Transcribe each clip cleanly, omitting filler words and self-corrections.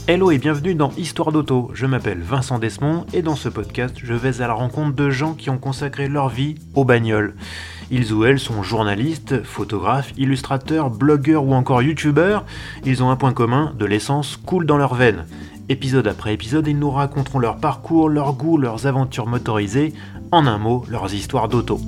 Hello et bienvenue dans Histoire d'auto, je m'appelle Vincent Desmond et dans ce podcast je vais à la rencontre de gens qui ont consacré leur vie aux bagnoles. Ils ou elles sont journalistes, photographes, illustrateurs, blogueurs ou encore youtubeurs. Ils ont un point commun, de l'essence coule dans leurs veines. Épisode après épisode, ils nous raconteront leur parcours, leurs goûts, leurs aventures motorisées, en un mot, leurs histoires d'auto.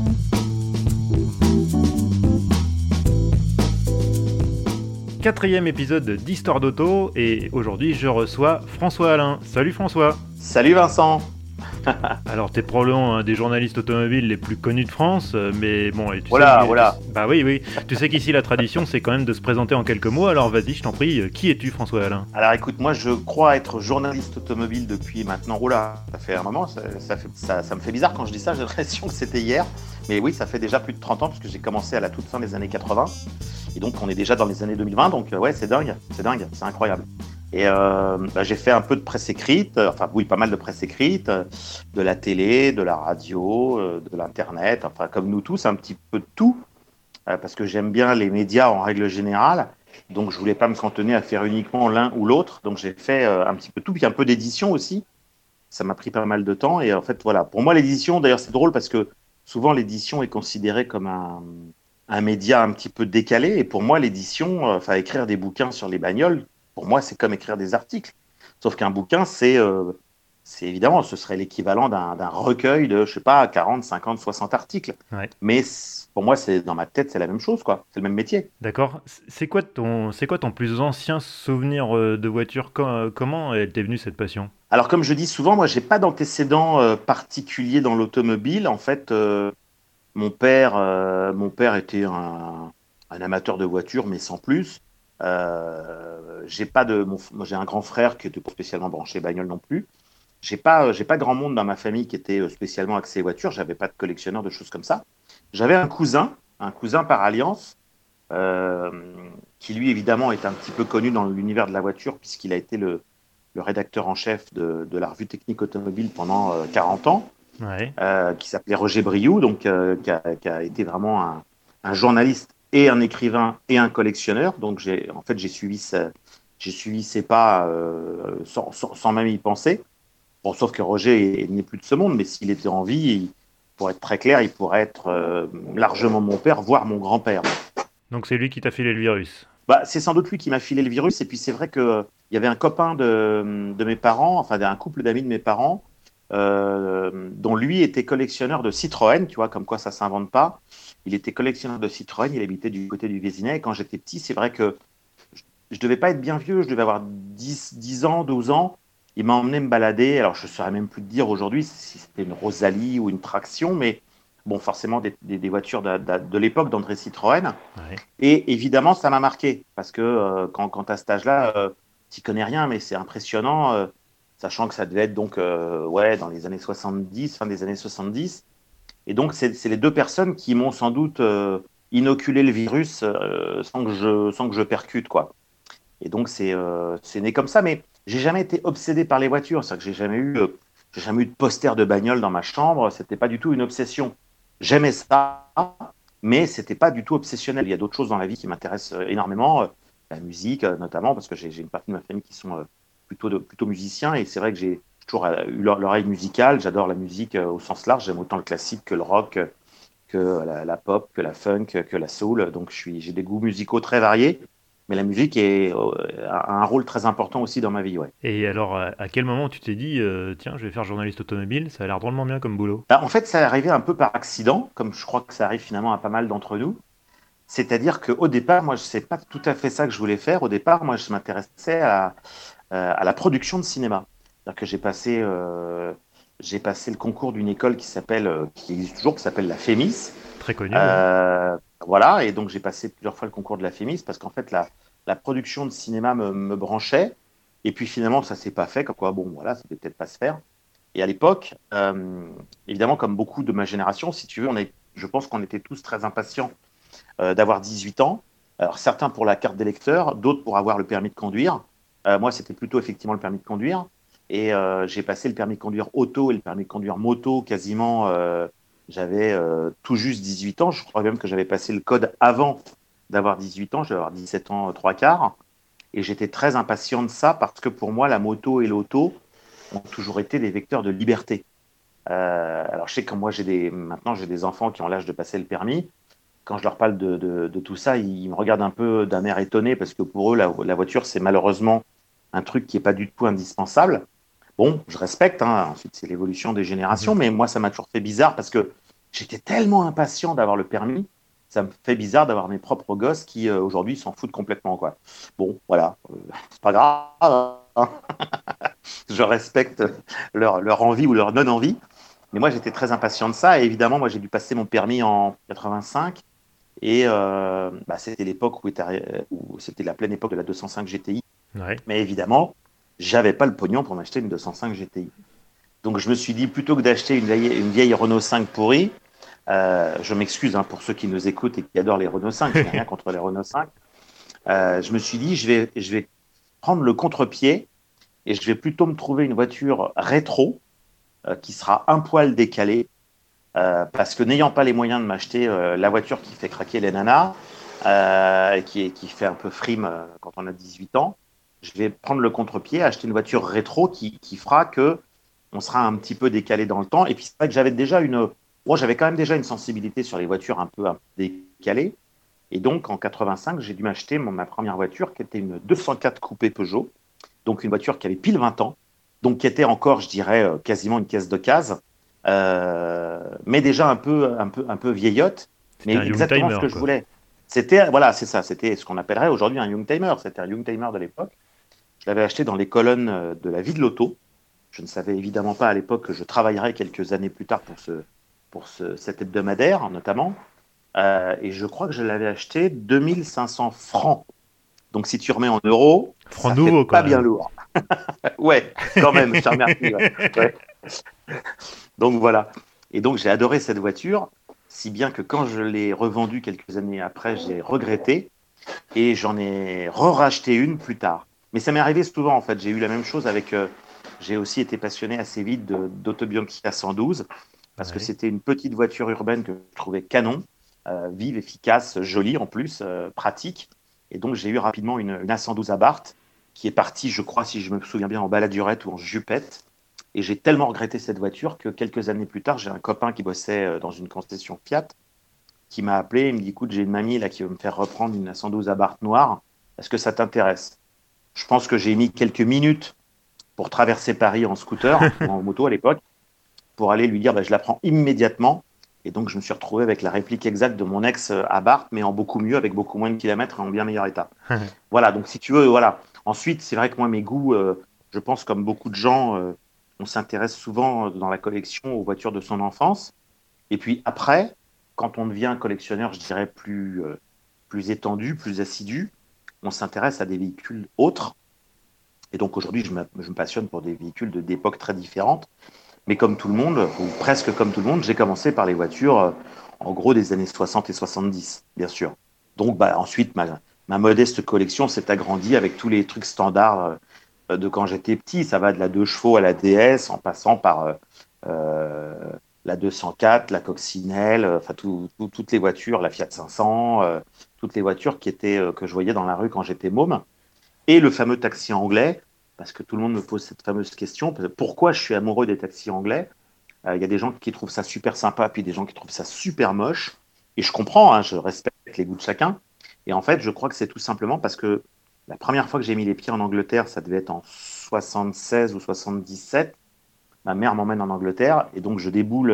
Quatrième épisode d'Histoire d'auto et aujourd'hui je reçois François Alain. Salut François. Salut Vincent. Alors t'es probablement un des journalistes automobiles les plus connus de France, mais bon, et tu Voilà, sais, voilà. Bah oui, tu sais qu'ici la tradition c'est quand même de se présenter en quelques mots, alors vas-y je t'en prie, qui es-tu François Alain? Alors écoute, moi je crois être journaliste automobile depuis maintenant, ça fait un moment, ça me fait bizarre quand je dis ça, j'ai l'impression que c'était hier. Mais oui, ça fait déjà plus de 30 ans parce que j'ai commencé à la toute fin des années 80. Et donc on est déjà dans les années 2020, donc ouais, c'est dingue, c'est incroyable. Et j'ai fait un peu de presse écrite, pas mal de presse écrite, de la télé, de la radio, de l'internet, enfin comme nous tous, un petit peu de tout, parce que j'aime bien les médias en règle générale. Donc je voulais pas me cantonner à faire uniquement l'un ou l'autre, donc j'ai fait un petit peu tout, puis un peu d'édition aussi. Ça m'a pris pas mal de temps et en fait voilà, pour moi l'édition, d'ailleurs c'est drôle parce que souvent l'édition est considérée comme un média un petit peu décalé et pour moi l'édition, écrire des bouquins sur les bagnoles, pour moi c'est comme écrire des articles. Sauf qu'un bouquin c'est évidemment, ce serait l'équivalent d'un recueil de, je sais pas, 40, 50, 60 articles. Ouais. Mais pour moi, dans ma tête, c'est la même chose, quoi. C'est le même métier. D'accord, c'est quoi ton plus ancien souvenir de voiture? Comment elle t'est venue cette passion? Alors, comme je dis souvent, moi, j'ai pas d'antécédents particuliers dans l'automobile. En fait, mon père était un amateur de voitures, mais sans plus. Moi, j'ai un grand frère qui était pas spécialement branché bagnole non plus. J'ai pas grand monde dans ma famille qui était spécialement axé voiture. J'avais pas de collectionneur de choses comme ça. J'avais un cousin par alliance, euh, qui lui évidemment est un petit peu connu dans l'univers de la voiture puisqu'il a été le rédacteur en chef de la revue technique automobile pendant 40 ans, Ouais. qui s'appelait Roger Briou, donc qui a été vraiment un journaliste et un écrivain et un collectionneur. Donc j'ai suivi ses pas sans même y penser. Bon, sauf que Roger n'est plus de ce monde, mais s'il était en vie, pour être très clair, il pourrait être largement mon père, voire mon grand-père. Donc c'est lui qui t'a filé le virus. Bah, c'est sans doute lui qui m'a filé le virus. Et puis c'est vrai qu'il y avait un copain de mes parents, enfin un couple d'amis de mes parents, dont lui était collectionneur de Citroën, tu vois, comme quoi ça ne s'invente pas. Il était collectionneur de Citroën, il habitait du côté du Vésinet. Et quand j'étais petit, c'est vrai que je devais pas être bien vieux, je devais avoir 10 ans, 12 ans. Il m'a emmené me balader. Alors, je ne saurais même plus te dire aujourd'hui si c'était une Rosalie ou une Traction, mais bon, forcément des voitures de l'époque d'André Citroën. Ouais. Et évidemment, ça m'a marqué parce que quand à cet âge-là, tu n'y connais rien, mais c'est impressionnant, sachant que ça devait être donc dans les années 70, fin des années 70. Et donc, c'est les deux personnes qui m'ont sans doute inoculé le virus sans que je percute, quoi. Et donc, c'est né comme ça. Mais j'ai jamais été obsédé par les voitures. C'est-à-dire que j'ai jamais eu de poster de bagnole dans ma chambre. C'était pas du tout une obsession. J'aimais ça, mais c'était pas du tout obsessionnel. Il y a d'autres choses dans la vie qui m'intéressent énormément. La musique, notamment, parce que j'ai une partie de ma famille qui sont plutôt musiciens. Et c'est vrai que j'ai toujours eu l'oreille musicale. J'adore la musique au sens large. J'aime autant le classique que le rock, que la pop, que la funk, que la soul. Donc, j'ai des goûts musicaux très variés. Mais la musique a un rôle très important aussi dans ma vie, ouais. Et alors à quel moment tu t'es dit, tiens je vais faire journaliste automobile, ça a l'air drôlement bien comme boulot? Bah, en fait, ça est arrivé un peu par accident, comme je crois que ça arrive finalement à pas mal d'entre nous. C'est-à-dire qu'au départ, moi, je ne sais pas tout à fait ça que je voulais faire. Au départ, moi, je m'intéressais à la production de cinéma. C'est-à-dire que j'ai passé le concours d'une école qui existe toujours, qui s'appelle la FEMIS. Très connu, oui. Voilà, et donc j'ai passé plusieurs fois le concours de la FEMIS parce qu'en fait, la production de cinéma me branchait. Et puis finalement, ça s'est pas fait, comme quoi, bon, voilà, ça ne devait peut-être pas se faire. Et à l'époque, évidemment, comme beaucoup de ma génération, si tu veux, je pense qu'on était tous très impatients d'avoir 18 ans. Alors certains pour la carte d'électeur, d'autres pour avoir le permis de conduire. Moi, c'était plutôt effectivement le permis de conduire. Et j'ai passé le permis de conduire auto et le permis de conduire moto quasiment. J'avais tout juste 18 ans. Je crois même que j'avais passé le code avant d'avoir 18 ans. Je devais avoir 17 ans, trois quarts. Et j'étais très impatient de ça parce que pour moi, la moto et l'auto ont toujours été des vecteurs de liberté. Alors je sais que moi, maintenant j'ai des enfants qui ont l'âge de passer le permis. Quand je leur parle de tout ça, ils me regardent un peu d'un air étonné parce que pour eux, la voiture, c'est malheureusement un truc qui n'est pas du tout indispensable. Bon, je respecte, hein. Ensuite, c'est l'évolution des générations, Mhm. mais moi, ça m'a toujours fait bizarre parce que j'étais tellement impatient d'avoir le permis, ça me fait bizarre d'avoir mes propres gosses qui, aujourd'hui, s'en foutent complètement, quoi. Bon, voilà, c'est pas grave, hein. Je respecte leur envie ou leur non-envie, mais moi, j'étais très impatient de ça, et évidemment, moi, j'ai dû passer mon permis en 85, et c'était l'époque où c'était la pleine époque de la 205 GTI, Ouais. mais évidemment, j'avais pas le pognon pour m'acheter une 205 GTI. Donc je me suis dit, plutôt que d'acheter une vieille Renault 5 pourrie, je m'excuse, hein, pour ceux qui nous écoutent et qui adorent les Renault 5, je n'ai rien contre les Renault 5. Je me suis dit, je vais prendre le contre-pied et je vais plutôt me trouver une voiture rétro qui sera un poil décalée, parce que n'ayant pas les moyens de m'acheter la voiture qui fait craquer les nanas, qui fait un peu frime quand on a 18 ans, je vais prendre le contre-pied, acheter une voiture rétro qui fera que on sera un petit peu décalé dans le temps. Et puis c'est vrai que j'avais quand même déjà une sensibilité sur les voitures un peu décalées. Et donc en 85, j'ai dû m'acheter ma première voiture qui était une 204 coupé Peugeot, donc une voiture qui avait pile 20 ans, donc qui était encore, je dirais, quasiment une caisse de case, mais déjà un peu vieillotte, C'était mais un exactement ce Youngtimer, que je quoi. voulais. C'était, voilà, c'est ça, c'était ce qu'on appellerait aujourd'hui un Youngtimer. C'était un Youngtimer de l'époque. Je l'avais acheté dans les colonnes de la Vie de l'Auto. Je ne savais évidemment pas à l'époque que je travaillerais quelques années plus tard cet hebdomadaire, notamment. Et je crois que je l'avais acheté 2500 francs. Donc, si tu remets en euros, Franc ça fait nouveau, pas quand bien même. lourd. Ouais, quand même, je te remercie. Ouais. Ouais. Donc, voilà. Et donc, j'ai adoré cette voiture, si bien que quand je l'ai revendue quelques années après, j'ai regretté et j'en ai re-racheté une plus tard. Mais ça m'est arrivé souvent, en fait. J'ai eu la même chose avec. J'ai aussi été passionné assez vite d'Auto-Bianchi A112 parce que Ouais. c'était une petite voiture urbaine que je trouvais canon, vive, efficace, jolie en plus, pratique. Et donc, j'ai eu rapidement une A112 Abarth qui est partie, je crois, si je me souviens bien, en baladurette ou en jupette. Et j'ai tellement regretté cette voiture que quelques années plus tard, j'ai un copain qui bossait dans une concession Fiat qui m'a appelé. Il me dit, écoute, j'ai une mamie là qui veut me faire reprendre une A112 Abarth noire. Est-ce que ça t'intéresse? Je pense que j'ai mis quelques minutes pour traverser Paris en scooter ou en moto à l'époque pour aller lui dire, bah, je la prends immédiatement. Et donc, je me suis retrouvé avec la réplique exacte de mon ex Abarth, mais en beaucoup mieux, avec beaucoup moins de kilomètres et en bien meilleur état. Voilà, donc si tu veux, voilà. Ensuite, c'est vrai que moi, mes goûts, je pense, comme beaucoup de gens, on s'intéresse souvent dans la collection aux voitures de son enfance. Et puis après, quand on devient collectionneur, je dirais plus étendu, plus assidu, on s'intéresse à des véhicules autres. Et donc aujourd'hui, je me passionne pour des véhicules d'époques très différentes. Mais comme tout le monde, ou presque comme tout le monde, j'ai commencé par les voitures, en gros, des années 60 et 70, bien sûr. Donc ensuite, ma modeste collection s'est agrandie avec tous les trucs standards de quand j'étais petit. Ça va de la 2 chevaux à la DS, en passant par euh, la 204, la Coccinelle, enfin toutes les voitures, la Fiat 500, toutes les voitures que je voyais dans la rue quand j'étais môme. Et le fameux taxi anglais, parce que tout le monde me pose cette fameuse question, pourquoi je suis amoureux des taxis anglais? Il y a des gens qui trouvent ça super sympa, puis des gens qui trouvent ça super moche. Et je comprends, hein, je respecte les goûts de chacun. Et en fait, je crois que c'est tout simplement parce que la première fois que j'ai mis les pieds en Angleterre, ça devait être en 76 ou 77. Ma mère m'emmène en Angleterre et donc je déboule.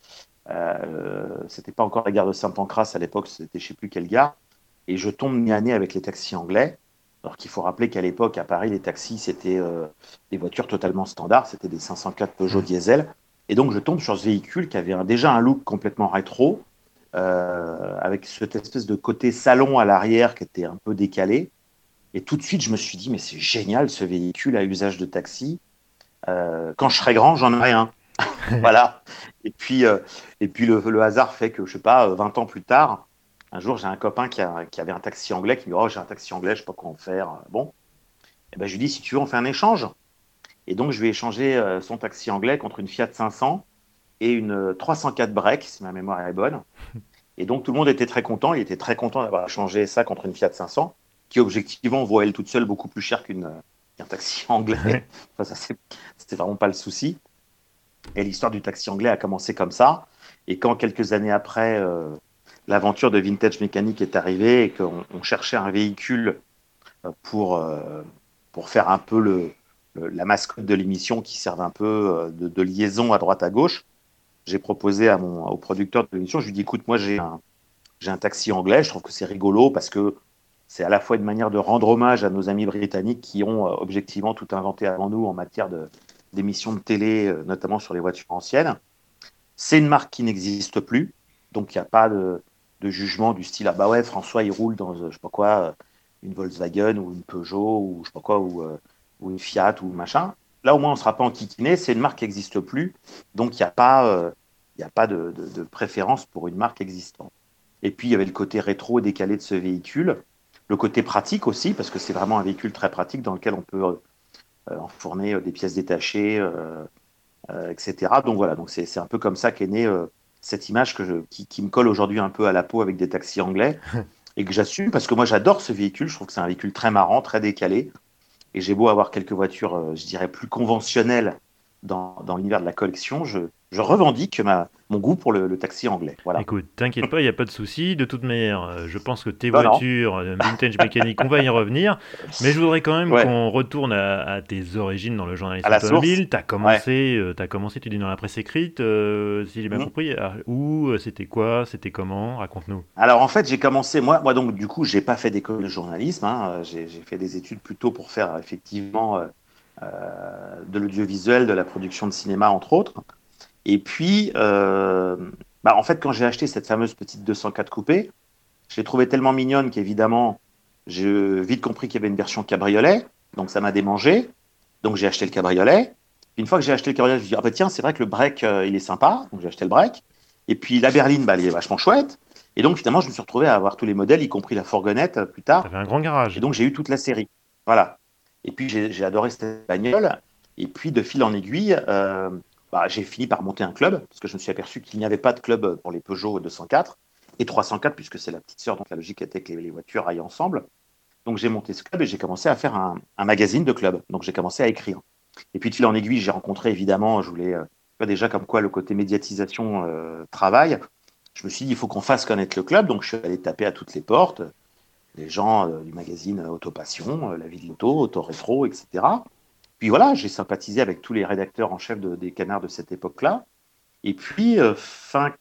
C'était pas encore la gare de Saint-Pancras à l'époque, c'était je sais plus quelle gare. Et je tombe nez à nez avec les taxis anglais. Alors qu'il faut rappeler qu'à l'époque, à Paris, les taxis, c'était des voitures totalement standards, c'était des 504 Peugeot Hmm. diesel. Et donc, je tombe sur ce véhicule qui avait déjà un look complètement rétro, avec cette espèce de côté salon à l'arrière qui était un peu décalé. Et tout de suite, je me suis dit, mais c'est génial ce véhicule à usage de taxi. Quand je serai grand, j'en aurai un. Voilà. Et puis le hasard fait que, je sais pas, 20 ans plus tard, un jour, j'ai un copain qui avait un taxi anglais qui me dit, oh, j'ai un taxi anglais, je sais pas quoi en faire. Bon, et ben, je lui dis, si tu veux, on fait un échange. Et donc, je lui ai échangé son taxi anglais contre une Fiat 500 et une 304 break, si ma mémoire est bonne. Et donc, tout le monde était très content. Il était très content d'avoir échangé ça contre une Fiat 500. qui objectivement vaut elle toute seule beaucoup plus cher qu'un taxi anglais. Ouais. Enfin, c'était vraiment pas le souci. Et l'histoire du taxi anglais a commencé comme ça. Et quand quelques années après, l'aventure de Vintage Mécanique est arrivée et qu'on on cherchait un véhicule euh, pour, euh, pour faire un peu la mascotte de l'émission qui serve un peu de liaison à droite à gauche, j'ai proposé au producteur de l'émission, je lui ai dit, écoute, moi j'ai un taxi anglais, je trouve que c'est rigolo parce que c'est à la fois une manière de rendre hommage à nos amis britanniques qui ont objectivement tout inventé avant nous en matière d'émissions de télé, notamment sur les voitures anciennes. C'est une marque qui n'existe plus, donc il n'y a pas de jugement du style ah bah ouais François il roule dans je sais pas quoi une Volkswagen ou une Peugeot ou je sais pas quoi ou une Fiat ou machin. Là au moins on ne sera pas enquiquiné, c'est une marque qui n'existe plus, donc il y a pas de préférence pour une marque existante. Et puis il y avait le côté rétro et décalé de ce véhicule, le côté pratique aussi parce que c'est vraiment un véhicule très pratique dans lequel on peut enfourner des pièces détachées. Etc. Donc voilà, donc c'est un peu comme ça qu'est née cette image qui me colle aujourd'hui un peu à la peau avec des taxis anglais et que j'assume parce que moi j'adore ce véhicule, je trouve que c'est un véhicule très marrant, très décalé et j'ai beau avoir quelques voitures, je dirais, plus conventionnelles dans l'univers de la collection, je revendique mon goût pour le taxi anglais. Voilà. Écoute, t'inquiète pas, il n'y a pas de souci. De toute manière, je pense que tes Non, non. voitures, vintage mécanique, on va y revenir. Mais je voudrais quand même Ouais, qu'on retourne à tes origines dans le journalisme à la source. automobile. Ouais. T'as commencé, tu dis, dans la presse écrite, si j'ai bien Mhm. compris. Où, c'était quoi, c'était comment? Raconte-nous. Alors en fait, j'ai commencé, moi donc du coup, j'ai pas fait d'école de journalisme, hein, j'ai fait des études plutôt pour faire effectivement de l'audiovisuel, de la production de cinéma, entre autres. Et puis, bah, en fait, quand j'ai acheté cette fameuse petite 204 coupée, je l'ai trouvée tellement mignonne qu'évidemment, j'ai vite compris qu'il y avait une version cabriolet, donc ça m'a démangé. Donc j'ai acheté le cabriolet. Puis une fois que j'ai acheté le cabriolet, je me suis dit, ah bah tiens, c'est vrai que le break, il est sympa, donc j'ai acheté le break. Et puis la berline, bah, elle est vachement chouette. Et donc finalement, je me suis retrouvé à avoir tous les modèles, y compris la fourgonnette plus tard. T'avais un grand Et garage. donc j'ai eu toute la série. Voilà. Et puis j'ai adoré cette bagnole. Et puis de fil en aiguille, bah, j'ai fini par monter un club, parce que je me suis aperçu qu'il n'y avait pas de club pour les Peugeot 204 et 304, puisque c'est la petite sœur, donc la logique était que les voitures aillent ensemble. Donc j'ai monté ce club et j'ai commencé à faire un magazine de club. Donc j'ai commencé à écrire. Et puis de fil en aiguille, j'ai rencontré évidemment, je voulais déjà comme quoi le côté médiatisation travail. Je me suis dit, il faut qu'on fasse connaître le club. Donc je suis allé taper à toutes les portes, les gens du magazine Autopassion, La Vie de l'Auto, Auto Rétro, etc. Puis voilà, j'ai sympathisé avec tous les rédacteurs en chef des canards de cette époque-là. Et puis, fin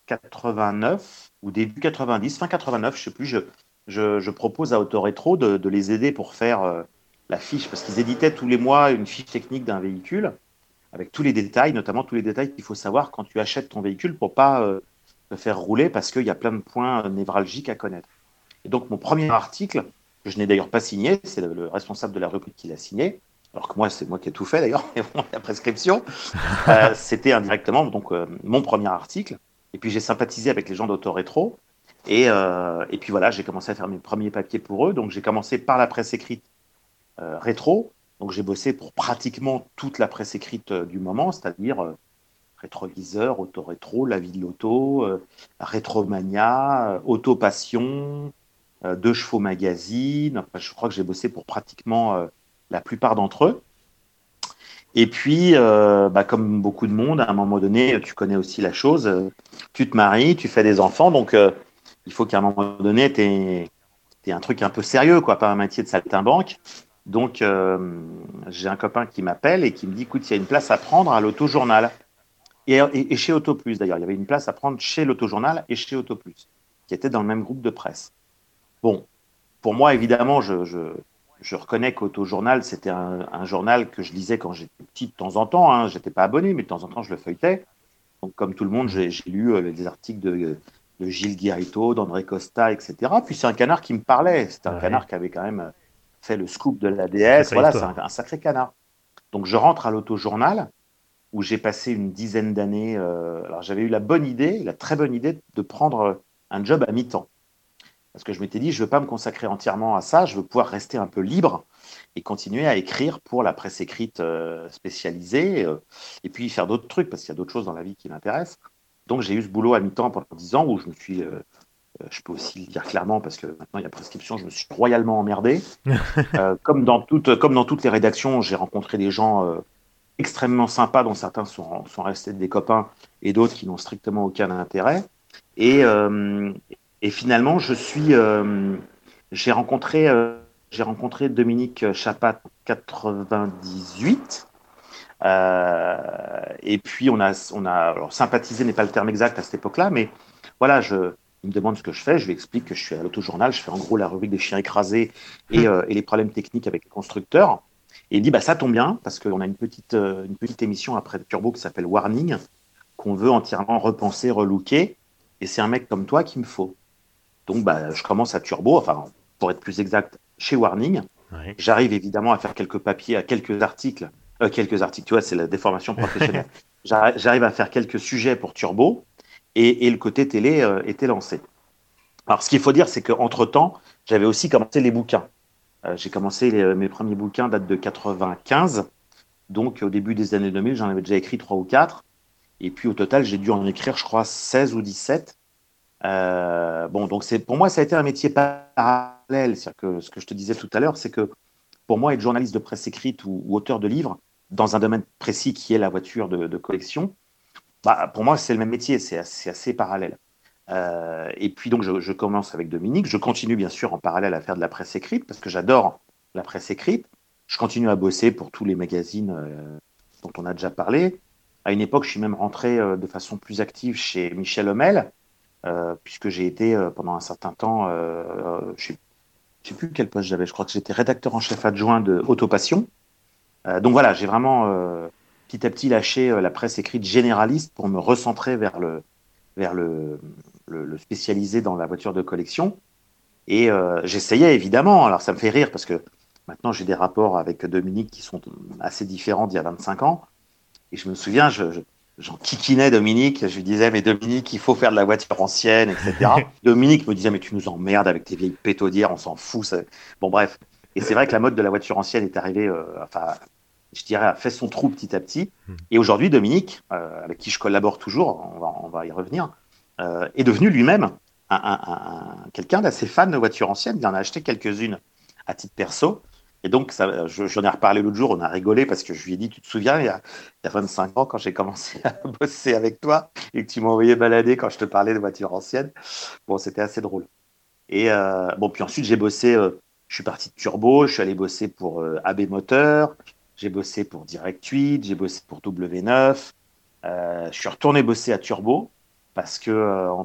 89 ou début 90, fin 89, je sais plus, je propose à Autorétro de les aider pour faire la fiche, parce qu'ils éditaient tous les mois une fiche technique d'un véhicule, avec tous les détails, notamment tous les détails qu'il faut savoir quand tu achètes ton véhicule pour pas te faire rouler, parce qu'il y a plein de points névralgiques à connaître. Et donc, mon premier article, que je n'ai d'ailleurs pas signé, c'est le responsable de la rubrique qui l'a signé, alors que moi, c'est moi qui ai tout fait d'ailleurs, mais bon, la prescription, c'était indirectement donc mon premier article. Et puis j'ai sympathisé avec les gens d'Autorétro. Et puis voilà, j'ai commencé à faire mes premiers papiers pour eux. Donc j'ai commencé par la presse écrite rétro. Donc j'ai bossé pour pratiquement toute la presse écrite du moment, c'est-à-dire Rétroviseur, Autorétro, La Vie de l'Auto, Rétromania, Autopassion, Deux Chevaux Magazine. Enfin, je crois que j'ai bossé pour pratiquement la plupart d'entre eux. Et puis, bah, comme beaucoup de monde, à un moment donné, tu connais aussi la chose, tu te maries, tu fais des enfants, donc il faut qu'à un moment donné, tu aies un truc un peu sérieux, quoi, pas un métier de saltimbanque. Donc, j'ai un copain qui m'appelle et qui me dit, écoute, il y a une place à prendre à l'autojournal. Et chez Autoplus, d'ailleurs, il y avait une place à prendre chez l'autojournal et chez Autoplus, qui étaient dans le même groupe de presse. Bon, pour moi, évidemment, je reconnais qu'Autojournal, c'était un journal que je lisais quand j'étais petit de temps en temps. Hein. Je n'étais pas abonné, mais de temps en temps, je le feuilletais. Donc, comme tout le monde, Mhm. j'ai lu des articles de Gilles Guirito, d'André Costa, etc. Puis c'est un canard qui me parlait. C'est un Ouais, canard qui avait quand même fait le scoop de la une DS. sacrée Voilà, c'est histoire. un sacré canard. Donc, je rentre à l'Autojournal, où j'ai passé une dizaine d'années. Alors, j'avais eu la bonne idée, la très bonne idée de prendre un job à mi-temps. Parce que je m'étais dit, je ne veux pas me consacrer entièrement à ça, je veux pouvoir rester un peu libre et continuer à écrire pour la presse écrite spécialisée et puis faire d'autres trucs, parce qu'il y a d'autres choses dans la vie qui m'intéressent. Donc j'ai eu ce boulot à mi-temps pendant 10 ans où je me suis je peux aussi le dire clairement parce que maintenant il y a prescription, je me suis royalement emmerdé. Comme dans toutes les rédactions, j'ai rencontré des gens extrêmement sympas, dont certains sont restés des copains et d'autres qui n'ont strictement aucun intérêt. Et, euh, et finalement, j'ai rencontré, j'ai rencontré Dominique Chapat en 98. Et puis on a alors, sympathisé n'est pas le terme exact à cette époque-là, mais voilà, il me demande ce que je fais, je lui explique que je suis à l'autojournal, je fais en gros la rubrique des chiens écrasés et les problèmes techniques avec les constructeurs. Et il dit bah ça tombe bien parce qu'on a une petite émission après Turbo qui s'appelle Warning qu'on veut entièrement repenser, relooker, et c'est un mec comme toi qu'il me faut. Donc bah je commence à Turbo, enfin pour être plus exact chez Warning. Ouais. J'arrive évidemment à faire quelques papiers, à quelques articles, tu vois, c'est la déformation professionnelle. J'arrive à faire quelques sujets pour Turbo et le côté télé était lancé. Alors, ce qu'il faut dire, c'est qu'entre-temps, j'avais aussi commencé les bouquins. J'ai commencé mes premiers bouquins datent de 95, donc au début des années 2000, j'en avais déjà écrit 3 ou 4. Et puis au total, j'ai dû en écrire, je crois, 16 ou 17. Bon, donc pour moi, ça a été un métier parallèle. C'est-à-dire que ce que je te disais tout à l'heure, c'est que pour moi, être journaliste de presse écrite ou auteur de livre, dans un domaine précis qui est la voiture de collection, bah, pour moi, c'est le même métier, c'est assez parallèle. Et puis donc, je commence avec Dominique. Je continue bien sûr en parallèle à faire de la presse écrite parce que j'adore la presse écrite. Je continue à bosser pour tous les magazines dont on a déjà parlé. À une époque, je suis même rentré de façon plus active chez Michel Homel, puisque j'ai été pendant un certain temps, je ne sais plus quel poste j'avais, je crois que j'étais rédacteur en chef adjoint de Autopassion. Donc voilà, j'ai vraiment petit à petit lâché la presse écrite généraliste pour me recentrer vers le spécialisé dans la voiture de collection. Et j'essayais évidemment, alors ça me fait rire parce que maintenant j'ai des rapports avec Dominique qui sont assez différents d'il y a 25 ans. Et je me souviens, j'en kikinais Dominique, je lui disais, mais Dominique, il faut faire de la voiture ancienne, etc. Dominique me disait, mais tu nous emmerdes avec tes vieilles pétaudières, on s'en fout. Bon, bref. Et c'est vrai que la mode de la voiture ancienne est arrivée, enfin, je dirais, a fait son trou petit à petit. Et aujourd'hui, Dominique, avec qui je collabore toujours, on va y revenir, est devenu lui-même quelqu'un d'assez fan de voitures anciennes. Il en a acheté quelques-unes à titre perso. Et donc, j'en ai reparlé l'autre jour, on a rigolé parce que je lui ai dit, tu te souviens, il y a 25 ans, quand j'ai commencé à bosser avec toi et que tu m'as envoyé balader quand je te parlais de voitures anciennes. Bon, c'était assez drôle. Et bon, puis ensuite, je suis parti de Turbo, je suis allé bosser pour AB Moteur, j'ai bossé pour Direct8, j'ai bossé pour W9. Je suis retourné bosser à Turbo parce que en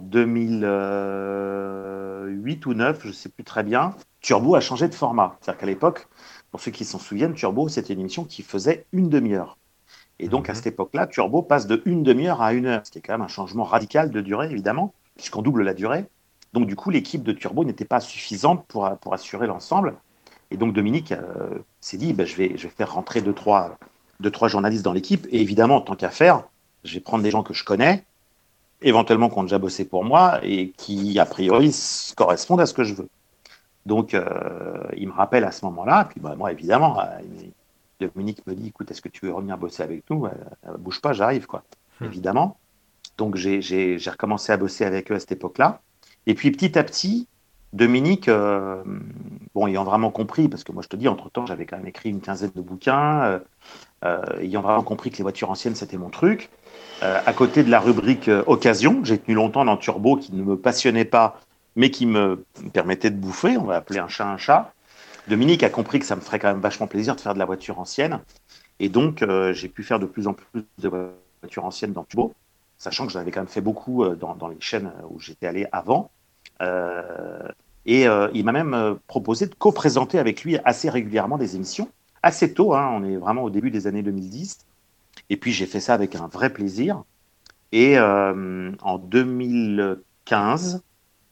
2008 ou 9, je ne sais plus très bien, Turbo a changé de format. C'est-à-dire qu'à l'époque, pour ceux qui s'en souviennent, Turbo, c'était une émission qui faisait une demi-heure. Et donc, à Mhm. cette époque-là, Turbo passe de une demi-heure à 1 heure, ce qui est quand même un changement radical de durée, évidemment, puisqu'on double la durée. Donc, du coup, l'équipe de Turbo n'était pas suffisante pour assurer l'ensemble. Et donc, Dominique s'est dit, ben, je vais faire rentrer deux, trois journalistes dans l'équipe. Et évidemment, en tant qu'à faire, je vais prendre des gens que je connais, éventuellement qui ont déjà bossé pour moi et qui, a priori, correspondent à ce que je veux. Donc, il me rappelle à ce moment-là. Puis, bah, moi, évidemment, Dominique me dit, écoute, est-ce que tu veux revenir bosser avec nous? Bouge pas, j'arrive, quoi. Hmm. Évidemment. Donc, j'ai recommencé à bosser avec eux à cette époque-là. Et puis, petit à petit, Dominique, bon, ayant vraiment compris, parce que moi, je te dis, entre-temps, j'avais quand même écrit une quinzaine de bouquins, ayant vraiment compris que les voitures anciennes, c'était mon truc. À côté de la rubrique Occasion, que j'ai tenu longtemps dans Turbo, qui ne me passionnait pas, mais qui me permettait de bouffer, on va appeler un chat un chat. Dominique a compris que ça me ferait quand même vachement plaisir de faire de la voiture ancienne. Et donc, j'ai pu faire de plus en plus de voitures anciennes dans Turbo, sachant que j'en avais quand même fait beaucoup dans les chaînes où j'étais allé avant. Euh, et il m'a même proposé de co-présenter avec lui assez régulièrement des émissions, assez tôt, hein, on est vraiment au début des années 2010. Et puis j'ai fait ça avec un vrai plaisir. Et en 2015,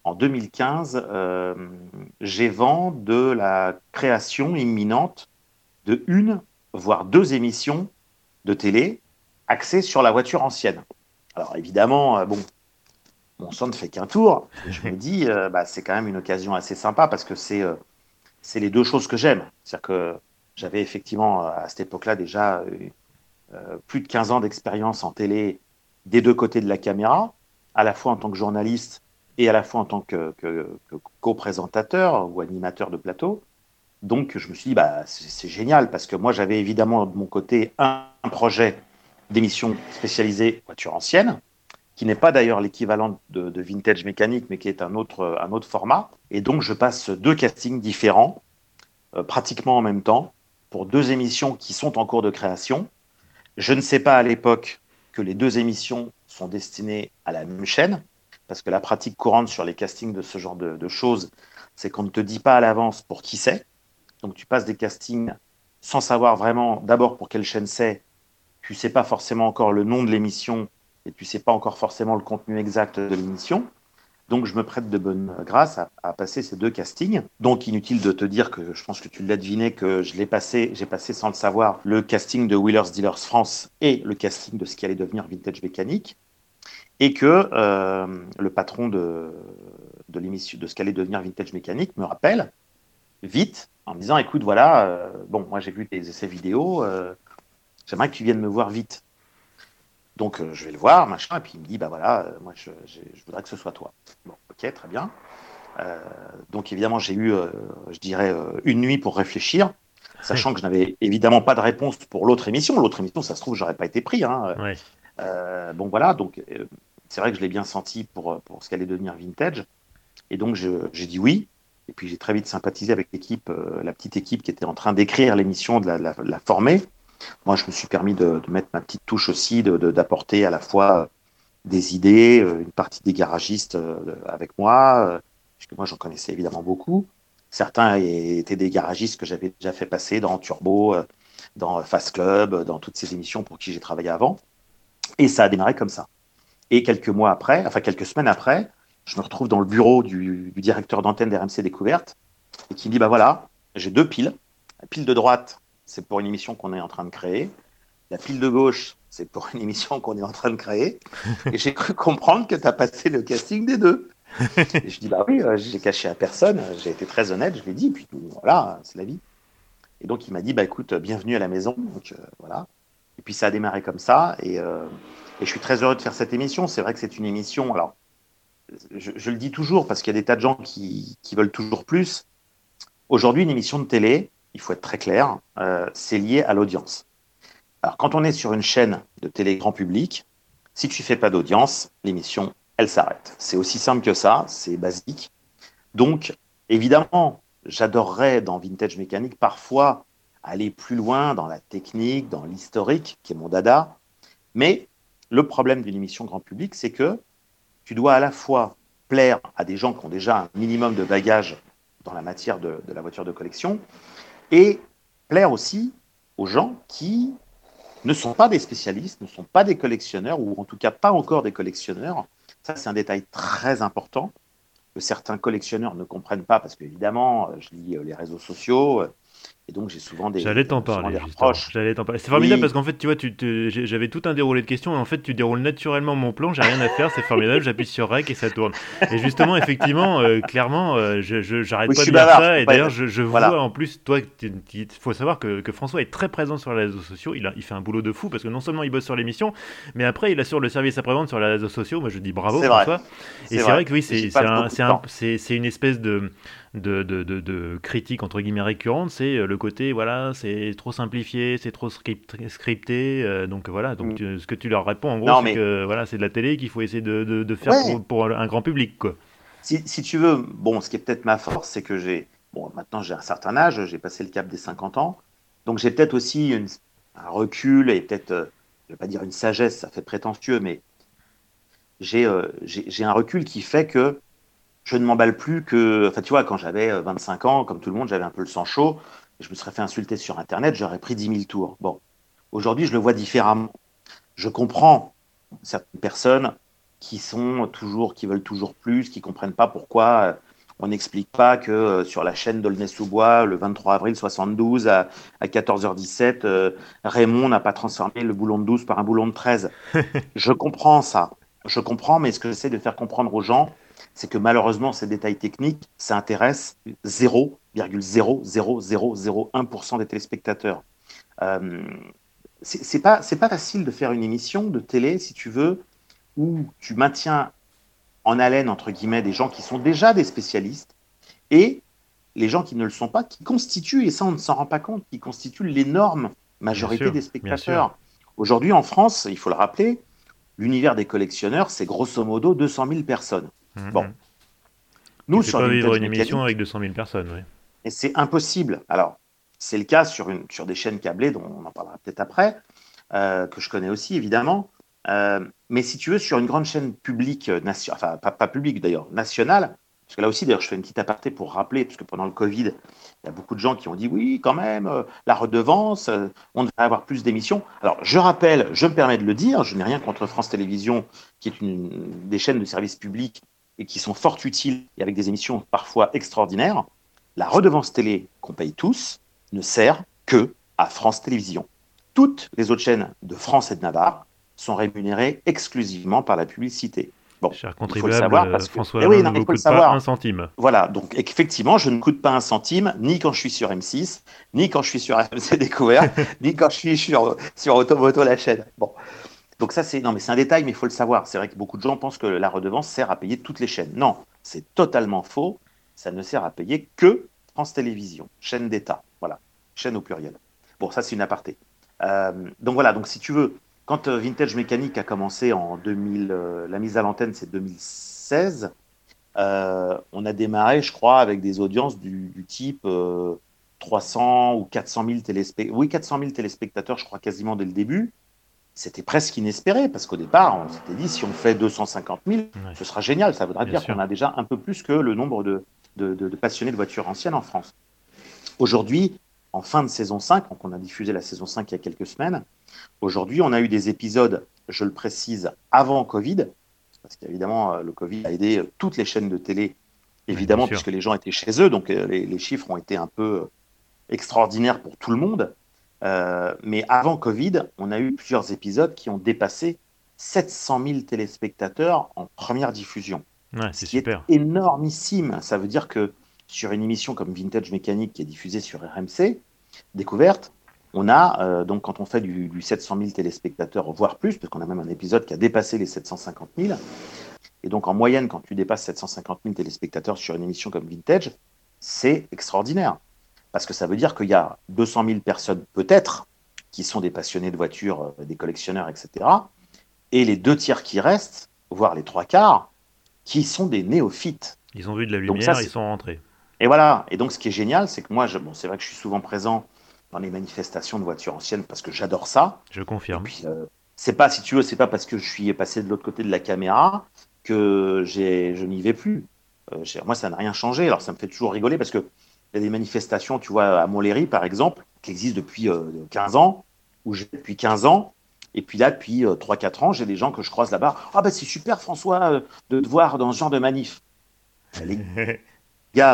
j'ai vent de la création imminente de une, voire deux émissions de télé axées sur la voiture ancienne. Alors évidemment, bon, mon sang ne fait qu'un tour. Et je me dis, bah, c'est quand même une occasion assez sympa parce que c'est les deux choses que j'aime. C'est-à-dire que j'avais effectivement à cette époque-là déjà plus de 15 ans d'expérience en télé des deux côtés de la caméra, à la fois en tant que journaliste et à la fois en tant que co-présentateur ou animateur de plateau. Donc, je me suis dit, bah, c'est génial parce que moi, j'avais évidemment de mon côté un projet d'émission spécialisée voiture ancienne, qui n'est pas d'ailleurs l'équivalent de Vintage Mécanique, mais qui est un autre format. Et donc, je passe deux castings différents, pratiquement en même temps, pour deux émissions qui sont en cours de création. Je ne sais pas à l'époque que les deux émissions sont destinées à la même chaîne, parce que la pratique courante sur les castings de ce genre de choses, c'est qu'on ne te dit pas à l'avance pour qui c'est. Donc tu passes des castings sans savoir vraiment d'abord pour quelle chaîne c'est. Tu ne sais pas forcément encore le nom de l'émission et tu ne sais pas encore forcément le contenu exact de l'émission. Donc je me prête de bonne grâce à passer ces deux castings. Donc inutile de te dire que je pense que tu l'as deviné que j'ai passé sans le savoir le casting de Wheelers Dealers France et le casting de ce qui allait devenir Vintage Mécanique. Et que le patron de l'émission, de ce qu'allait devenir Vintage Mécanique me rappelle vite en me disant écoute, voilà, bon, moi j'ai vu tes essais vidéo, j'aimerais que tu viennes me voir vite. Donc je vais le voir, machin, et puis il me dit bah voilà, moi je voudrais que ce soit toi. Bon, ok, très bien. Euh, donc évidemment, j'ai eu, je dirais, une nuit pour réfléchir, sachant que je n'avais évidemment pas de réponse pour l'autre émission. L'autre émission, ça se trouve, j'aurais pas été pris. Hein. Ouais. Bon voilà, donc c'est vrai que je l'ai bien senti pour ce qu'allait devenir Vintage. Et donc j'ai dit oui. Et puis j'ai très vite sympathisé avec l'équipe, la petite équipe qui était en train d'écrire l'émission, de la former. Moi, je me suis permis de mettre ma petite touche aussi, d'apporter à la fois des idées, une partie des garagistes avec moi, puisque moi j'en connaissais évidemment beaucoup. Certains étaient des garagistes que j'avais déjà fait passer dans Turbo, dans Fast Club, dans toutes ces émissions pour qui j'ai travaillé avant. Et ça a démarré comme ça. Et quelques mois après, enfin quelques semaines après, je me retrouve dans le bureau du directeur d'antenne d'RMC Découverte et qui me dit, bah voilà, j'ai deux piles. La pile de droite, c'est pour une émission qu'on est en train de créer. La pile de gauche, c'est pour une émission qu'on est en train de créer. Et j'ai cru comprendre que tu as passé le casting des deux. Et je dis, bah oui, j'ai caché à personne. J'ai été très honnête, je l'ai dit. Et puis voilà, c'est la vie. Et donc il m'a dit, bah écoute, bienvenue à la maison. Donc voilà. Et puis ça a démarré comme ça. Et je suis très heureux de faire cette émission. C'est vrai que c'est une émission. Alors, je le dis toujours parce qu'il y a des tas de gens qui veulent toujours plus. Aujourd'hui, une émission de télé, il faut être très clair, c'est lié à l'audience. Alors, quand on est sur une chaîne de télé grand public, si tu fais pas d'audience, l'émission, elle s'arrête. C'est aussi simple que ça, c'est basique. Donc, évidemment, j'adorerais dans Vintage Mécanique parfois aller plus loin dans la technique, dans l'historique, qui est mon dada. Mais le problème d'une émission grand public, c'est que tu dois à la fois plaire à des gens qui ont déjà un minimum de bagage dans la matière de la voiture de collection et plaire aussi aux gens qui ne sont pas des spécialistes, ne sont pas des collectionneurs, ou en tout cas pas encore des collectionneurs. Ça, c'est un détail très important que certains collectionneurs ne comprennent pas, parce qu'évidemment, je lis les réseaux sociaux, et donc j'ai J'allais t'en souvent parler des justement. reproches. J'allais t'en parler. C'est formidable parce Oui, qu'en fait, tu vois, j'avais tout un déroulé de questions et en fait, tu déroules naturellement mon plan. J'ai rien à faire, c'est formidable. J'appuie sur Rec et ça tourne. Et justement, effectivement, clairement, j'arrête oui, je pas de suis dire bavard, je ça. peux Et pas d'ailleurs, être... je vois Voilà, en plus, toi, il faut savoir que François est très présent sur les réseaux sociaux. Il fait un boulot de fou parce que non seulement il bosse sur l'émission, mais après, il assure le service après-vente sur les réseaux sociaux. Moi, je dis bravo, c'est vrai, François. Et c'est c'est vrai vrai. que oui, J'y passe beaucoup de temps. c'est une espèce de critique entre guillemets récurrente, c'est le côté voilà, c'est trop simplifié, c'est trop scripté, donc voilà, donc Mm. ce que tu leur réponds en gros, Non, c'est mais que voilà, c'est de la télé qu'il faut essayer de faire ouais, pour un grand public, quoi. si tu veux, bon, ce qui est peut-être ma force, c'est que bon, maintenant j'ai un certain âge, j'ai passé le cap des 50 ans, donc j'ai peut-être aussi un recul et peut-être, je vais pas dire une sagesse, ça fait prétentieux, mais j'ai un recul qui fait que je ne m'emballe plus que, enfin tu vois, quand j'avais 25 ans, comme tout le monde, j'avais un peu le sang chaud, et je me serais fait insulter sur Internet, j'aurais pris 10 000 tours. Bon, aujourd'hui je le vois différemment. Je comprends certaines personnes qui veulent toujours plus, qui comprennent pas pourquoi on n'explique pas que sur la chaîne d'Aulnay-sous-Bois, le 23 avril 72 à 14h17, Raymond n'a pas transformé le boulon de 12 par un boulon de 13. Je comprends ça. Je comprends, mais ce que j'essaie de faire comprendre aux gens, c'est que malheureusement, ces détails techniques, ça intéresse 0,00001% des téléspectateurs. Euh, c'est pas facile de faire une émission de télé, si tu veux, où tu maintiens en haleine, entre guillemets, des gens qui sont déjà des spécialistes et les gens qui ne le sont pas, qui constituent, et ça on ne s'en rend pas compte, qui constituent l'énorme Bien majorité sûr, des bien sûr. spectateurs. Aujourd'hui en France, il faut le rappeler, l'univers des collectionneurs, c'est grosso modo 200 000 personnes. Bon, Mhm. Tu nous fais sur pas vivre Vintage une émission avec Mécanique, 200 000 personnes, oui. et c'est impossible. Alors, c'est le cas sur des chaînes câblées, dont on en parlera peut-être après, que je connais aussi évidemment. Mais si tu veux, sur une grande chaîne publique, enfin pas publique d'ailleurs, nationale, parce que là aussi, d'ailleurs, je fais une petite aparté pour rappeler, parce que pendant le Covid, il y a beaucoup de gens qui ont dit oui, quand même, la redevance, on devrait avoir plus d'émissions. Alors, je rappelle, je me permets de le dire, je n'ai rien contre France Télévisions, qui est des chaînes de service public et qui sont fort utiles et avec des émissions parfois extraordinaires. La redevance télé qu'on paye tous ne sert que à France Télévisions. Toutes les autres chaînes de France et de Navarre sont rémunérées exclusivement par la publicité. Bon, Cher il faut le contribuable, savoir parce que. François Eh Hollande oui, ne non, il vous faut le coûte pas un savoir. centime. Voilà, donc effectivement, je ne coûte pas un centime, ni quand je suis sur M6, ni quand je suis sur RMC Découverte, ni quand je suis sur Automoto la chaîne. Bon, donc ça, non, mais c'est un détail, mais il faut le savoir. C'est vrai que beaucoup de gens pensent que la redevance sert à payer toutes les chaînes. Non, c'est totalement faux. Ça ne sert à payer que France Télévisions, chaîne d'État. Voilà, chaîne au pluriel. Bon, ça, c'est une aparté. Donc voilà, donc si tu veux, quand Vintage Mécanique a commencé en 2000, la mise à l'antenne, c'est 2016. On a démarré, je crois, avec des audiences du type 300 ou 400 000 téléspectateurs. Oui, 400 000 téléspectateurs, je crois, quasiment dès le début. C'était presque inespéré parce qu'au départ, on s'était dit si on fait 250 000, Ouais, ce sera génial. Ça voudra bien dire qu'on sûr. a déjà un peu plus que le nombre de passionnés de voitures anciennes en France. Aujourd'hui, en fin de saison 5, donc on a diffusé la saison 5 il y a quelques semaines, aujourd'hui, on a eu des épisodes, je le précise, avant Covid, parce qu'évidemment, le Covid a aidé toutes les chaînes de télé, Oui, bien évidemment, sûr. puisque les gens étaient chez eux, donc les chiffres ont été un peu extraordinaires pour tout le monde. Mais avant Covid, on a eu plusieurs épisodes qui ont dépassé 700 000 téléspectateurs en première diffusion, Ouais, ce c'est qui est super. énormissime. Ça veut dire que sur une émission comme Vintage Mécanique qui est diffusée sur RMC, Découverte, on a, donc quand on fait du 700 000 téléspectateurs, voire plus, parce qu'on a même un épisode qui a dépassé les 750 000, et donc en moyenne, quand tu dépasses 750 000 téléspectateurs sur une émission comme Vintage, c'est extraordinaire. Parce que ça veut dire qu'il y a 200 000 personnes peut-être qui sont des passionnés de voitures, des collectionneurs, etc. Et les deux tiers qui restent, voire les trois quarts, qui sont des néophytes. Ils ont vu de la Donc ça, lumière, ils c'est. sont rentrés. Et voilà. Et donc ce qui est génial, c'est que moi, bon, c'est vrai que je suis souvent présent dans les manifestations de voitures anciennes parce que j'adore ça. Je Et confirme. puis, c'est pas, si tu veux, c'est pas parce que je suis passé de l'autre côté de la caméra que je n'y vais plus. Moi, ça n'a rien changé. Alors, ça me fait toujours rigoler parce que il y a des manifestations, tu vois, à Montlhéry, par exemple, qui existent depuis 15 ans, où j'ai depuis 15 ans. Et puis là, depuis 3-4 ans, j'ai des gens que je croise là-bas. Ah, bah, c'est super, François, de te voir dans ce genre de manif. Les gars,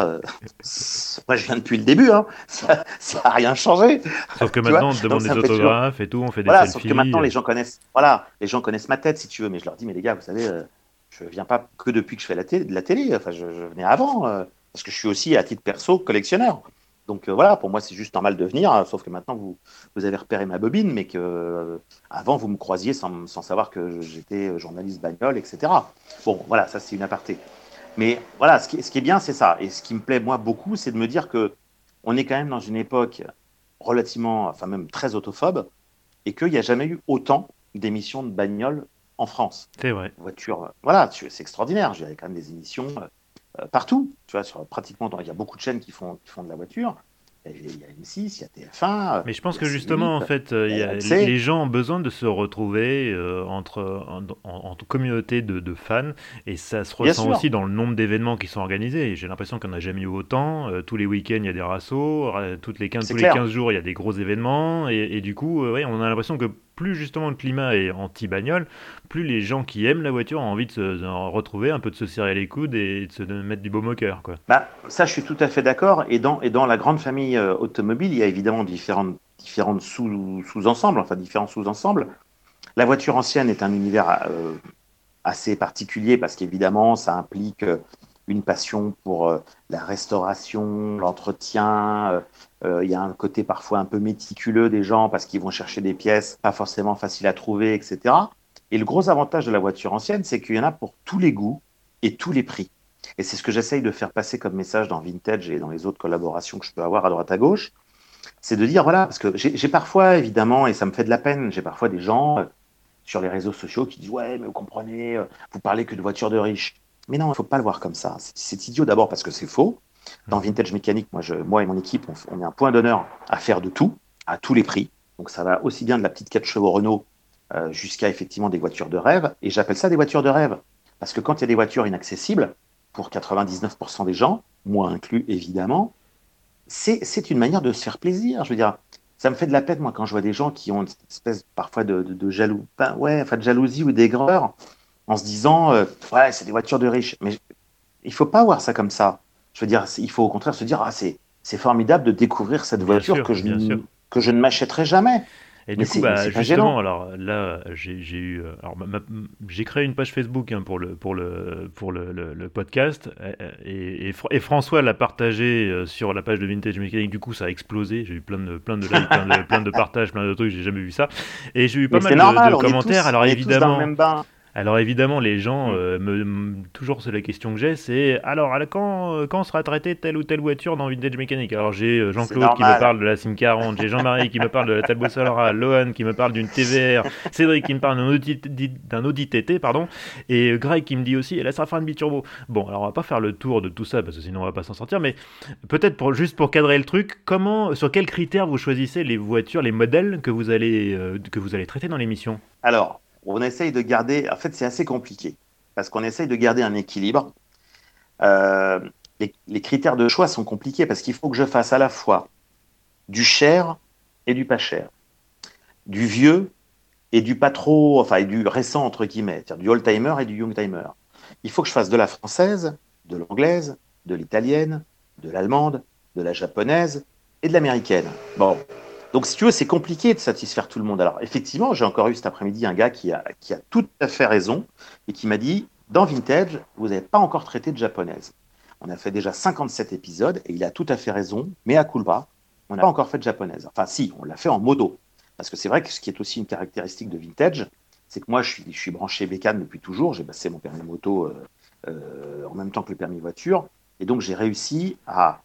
moi, je viens depuis le début, hein. Ça n'a rien changé. Sauf que Tu vois. maintenant, on te Donc, demande ça des me fait toujours. autographes et tout, on fait des Voilà, sauf que selfies. maintenant les gens connaissent, voilà, les gens connaissent ma tête si tu veux, mais je leur dis, mais les gars, vous savez, je viens pas que depuis que je fais de la télé, enfin, je venais avant, parce que je suis aussi à titre perso collectionneur. Donc voilà, pour moi c'est juste normal de venir, sauf que maintenant vous avez repéré ma bobine, mais que avant vous me croisiez sans savoir que j'étais journaliste bagnole, etc. Bon, voilà, ça c'est une aparté. Mais voilà, ce qui est bien, c'est ça. Et ce qui me plaît moi beaucoup, c'est de me dire que on est quand même dans une époque relativement, enfin même très autophobe, et qu'il n'y a jamais eu autant d'émissions de bagnoles en France. C'est vrai. Voiture, voilà, c'est extraordinaire. Il y a quand même des émissions partout. Tu vois, pratiquement, il y a beaucoup de chaînes qui font de la voiture. Il y a M6, il y a TF1, Mais je pense il y a que justement, en C8, fait, il y a les RMC. gens ont besoin de se retrouver entre communauté de fans, et ça se Bien ressent sûr, aussi dans le nombre d'événements qui sont organisés. Et j'ai l'impression qu'on n'a jamais eu autant. Tous les week-ends, il y a des rassos, c'est tous les clair. 15 jours, il y a des gros événements, et du coup, ouais, on a l'impression que plus justement le climat est anti-bagnole, plus les gens qui aiment la voiture ont envie de retrouver, un peu de se serrer les coudes et de mettre du baume au cœur, quoi. Bah, ça, je suis tout à fait d'accord. Et dans la grande famille automobile, il y a évidemment différentes sous-ensembles, enfin différents sous-ensembles. La voiture ancienne est un univers assez particulier parce qu'évidemment, ça implique une passion pour la restauration, l'entretien. Il y a un côté parfois un peu méticuleux des gens parce qu'ils vont chercher des pièces pas forcément faciles à trouver, etc. Et le gros avantage de la voiture ancienne, c'est qu'il y en a pour tous les goûts, et tous les prix. Et c'est ce que j'essaye de faire passer comme message dans Vintage et dans les autres collaborations que je peux avoir à droite à gauche. C'est de dire, voilà, parce que j'ai parfois, évidemment, et ça me fait de la peine, j'ai parfois des gens sur les réseaux sociaux qui disent, ouais, mais vous comprenez, vous parlez que de voitures de riches. Mais non, il ne faut pas le voir comme ça. C'est idiot d'abord parce que c'est faux. Dans Vintage Mécanique, moi et mon équipe, on met un point d'honneur à faire de tout, à tous les prix. Donc ça va aussi bien de la petite 4 chevaux Renault jusqu'à effectivement des voitures de rêve. Et j'appelle ça des voitures de rêve. Parce que quand il y a des voitures inaccessibles, pour 99% des gens, moi inclus évidemment, c'est une manière de se faire plaisir. Je veux dire, ça me fait de la peine, moi, quand je vois des gens qui ont une espèce parfois de de jalousie ou d'aigreur en se disant, ouais, c'est des voitures de riches. Mais il faut pas voir ça comme ça. Je veux dire, il faut au contraire se dire, ah, c'est formidable de découvrir cette Bien voiture sûr, bien sûr. que je ne m'achèterai jamais. Et Mais du coup, c'est pas justement, gênant. alors là, j'ai eu, alors j'ai créé une page Facebook hein, le podcast, et François l'a partagé sur la page de Vintage Mécanique. Du coup, ça a explosé. J'ai eu plein de likes, plein de partages, plein de trucs. J'ai jamais vu ça. Et j'ai eu pas Mais mal c'est de normal, commentaires. on est tous dans le même bain. Alors évidemment, les gens, Mm. toujours c'est la question que j'ai, c'est alors quand sera traitée telle ou telle voiture dans Vintage Mécanique. Alors j'ai C'est Jean-Claude qui me normal. parle de la Sim 40, j'ai Jean-Marie qui me parle de la Talbot Solara, Lohan qui me parle d'une TVR, Cédric qui me parle d'un Audi TT, pardon, et Greg qui me dit aussi la Safran Biturbo. Bon, alors on va pas faire le tour de tout ça parce que sinon on va pas s'en sortir, mais peut-être juste pour cadrer le truc, sur quels critères vous choisissez les voitures, les modèles que vous allez traiter dans l'émission? Alors, on essaye de garder, en fait, c'est assez compliqué, parce qu'on essaye de garder un équilibre. Euh, les critères de choix sont compliqués, parce qu'il faut que je fasse à la fois du cher et du pas cher, du vieux et du pas trop, enfin, et du récent, entre guillemets, c'est-à-dire du old-timer et du young-timer. Il faut que je fasse de la française, de l'anglaise, de l'italienne, de l'allemande, de la japonaise et de l'américaine. Bon, donc si tu veux, c'est compliqué de satisfaire tout le monde. Alors effectivement, j'ai encore eu cet après-midi un gars qui a tout à fait raison et qui m'a dit, dans Vintage, vous n'avez pas encore traité de japonaise. On a fait déjà 57 épisodes et il a tout à fait raison, mais à culpa, on n'a pas encore fait de japonaise. Enfin si, on l'a fait en modo. Parce que c'est vrai que ce qui est aussi une caractéristique de Vintage, c'est que moi, je suis branché bécane depuis toujours. J'ai passé mon permis moto en même temps que le permis voiture. Et donc, j'ai réussi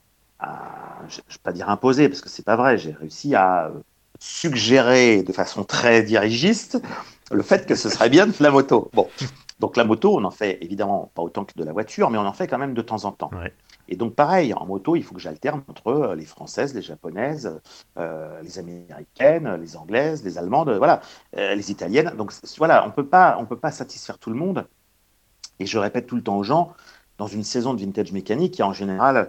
je ne vais pas dire imposer, parce que c'est pas vrai, j'ai réussi à suggérer de façon très dirigiste le fait que ce serait bien de la moto. Bon, donc la moto, on en fait évidemment pas autant que de la voiture, mais on en fait quand même de temps en temps. Ouais. Et donc, pareil, en moto, il faut que j'alterne entre les françaises, les japonaises, les américaines, les anglaises, les allemandes, voilà, les italiennes. Donc, voilà, on peut pas satisfaire tout le monde. Et je répète tout le temps aux gens, dans une saison de vintage mécanique, il y a en général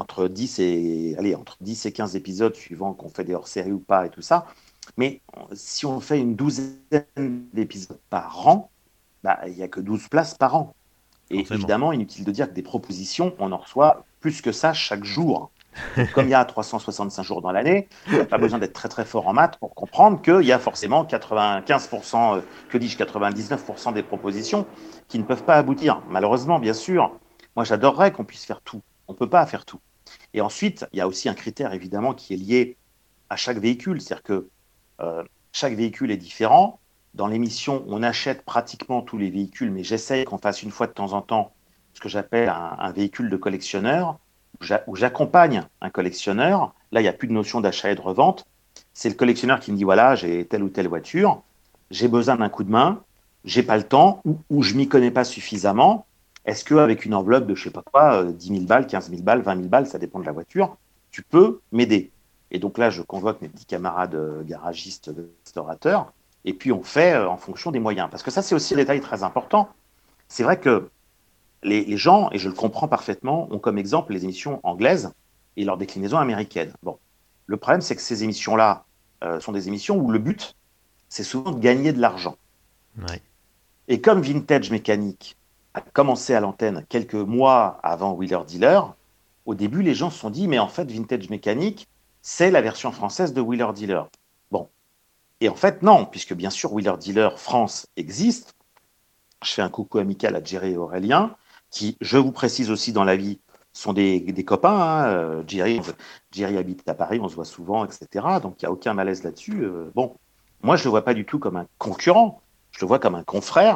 entre 10 et 15 épisodes suivant qu'on fait des hors-séries ou pas et tout ça. Mais si on fait une douzaine d'épisodes par an, bah, il n'y a que 12 places par an. Et Forcément. évidemment, inutile de dire que des propositions, on en reçoit plus que ça chaque jour. Donc, comme il y a 365 jours dans l'année, il n'y a pas besoin d'être très très fort en maths pour comprendre qu'il y a forcément 95%, que dis-je, 99% des propositions qui ne peuvent pas aboutir. Malheureusement, bien sûr, moi j'adorerais qu'on puisse faire tout. On ne peut pas faire tout. Et ensuite, il y a aussi un critère évidemment qui est lié à chaque véhicule, c'est-à-dire que chaque véhicule est différent. Dans l'émission, on achète pratiquement tous les véhicules, mais j'essaye qu'on fasse une fois de temps en temps ce que j'appelle un véhicule de collectionneur, où j'accompagne un collectionneur. Là, il n'y a plus de notion d'achat et de revente. C'est le collectionneur qui me dit, voilà, j'ai telle ou telle voiture, j'ai besoin d'un coup de main, j'ai pas le temps, ou je m'y connais pas suffisamment. Est-ce qu'avec une enveloppe de, je sais pas quoi, 10 000 balles, 15 000 balles, 20 000 balles, ça dépend de la voiture, tu peux m'aider? Et donc là, je convoque mes petits camarades garagistes, restaurateurs, et puis on fait en fonction des moyens. Parce que ça, c'est aussi un détail très important. C'est vrai que les gens, et je le comprends parfaitement, ont comme exemple les émissions anglaises et leurs déclinaisons américaines. Bon, le problème, c'est que ces émissions-là sont des émissions où le but, c'est souvent de gagner de l'argent. Ouais. Et comme Vintage Mécanique a commencé à l'antenne quelques mois avant Wheeler Dealer, au début, les gens se sont dit, mais en fait, Vintage Mécanique, c'est la version française de Wheeler Dealer. Bon. Et en fait, non, puisque bien sûr, Wheeler Dealer France existe. Je fais un coucou amical à Jerry et Aurélien, qui, je vous précise aussi dans la vie, sont des copains. Hein. Jerry habite à Paris, on se voit souvent, etc. Donc, il n'y a aucun malaise là-dessus. Bon, moi, je ne le vois pas du tout comme un concurrent. Je le vois comme un confrère.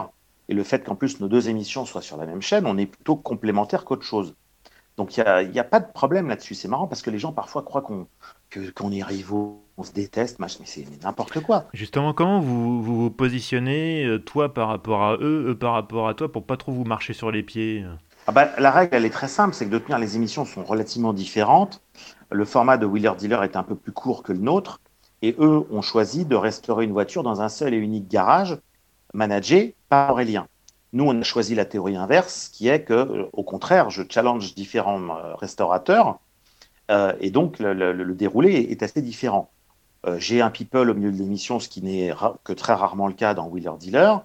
Et le fait qu'en plus nos deux émissions soient sur la même chaîne, on est plutôt complémentaires qu'autre chose. Donc il y a pas de problème là-dessus. C'est marrant parce que les gens parfois croient qu'on est rivaux, on se déteste, mais c'est n'importe quoi. Justement, comment vous positionnez, toi par rapport à eux, eux par rapport à toi, pour pas trop vous marcher sur les pieds? Ah bah, la règle, elle est très simple, c'est que de tenir les émissions sont relativement différentes. Le format de Wheeler Dealer est un peu plus court que le nôtre, et eux ont choisi de restaurer une voiture dans un seul et unique garage, managé par Aurélien. Nous, on a choisi la théorie inverse, qui est que, au contraire, je challenge différents restaurateurs, et donc le déroulé est assez différent. J'ai un people au milieu de l'émission, ce qui n'est que très rarement le cas dans Wheeler Dealer.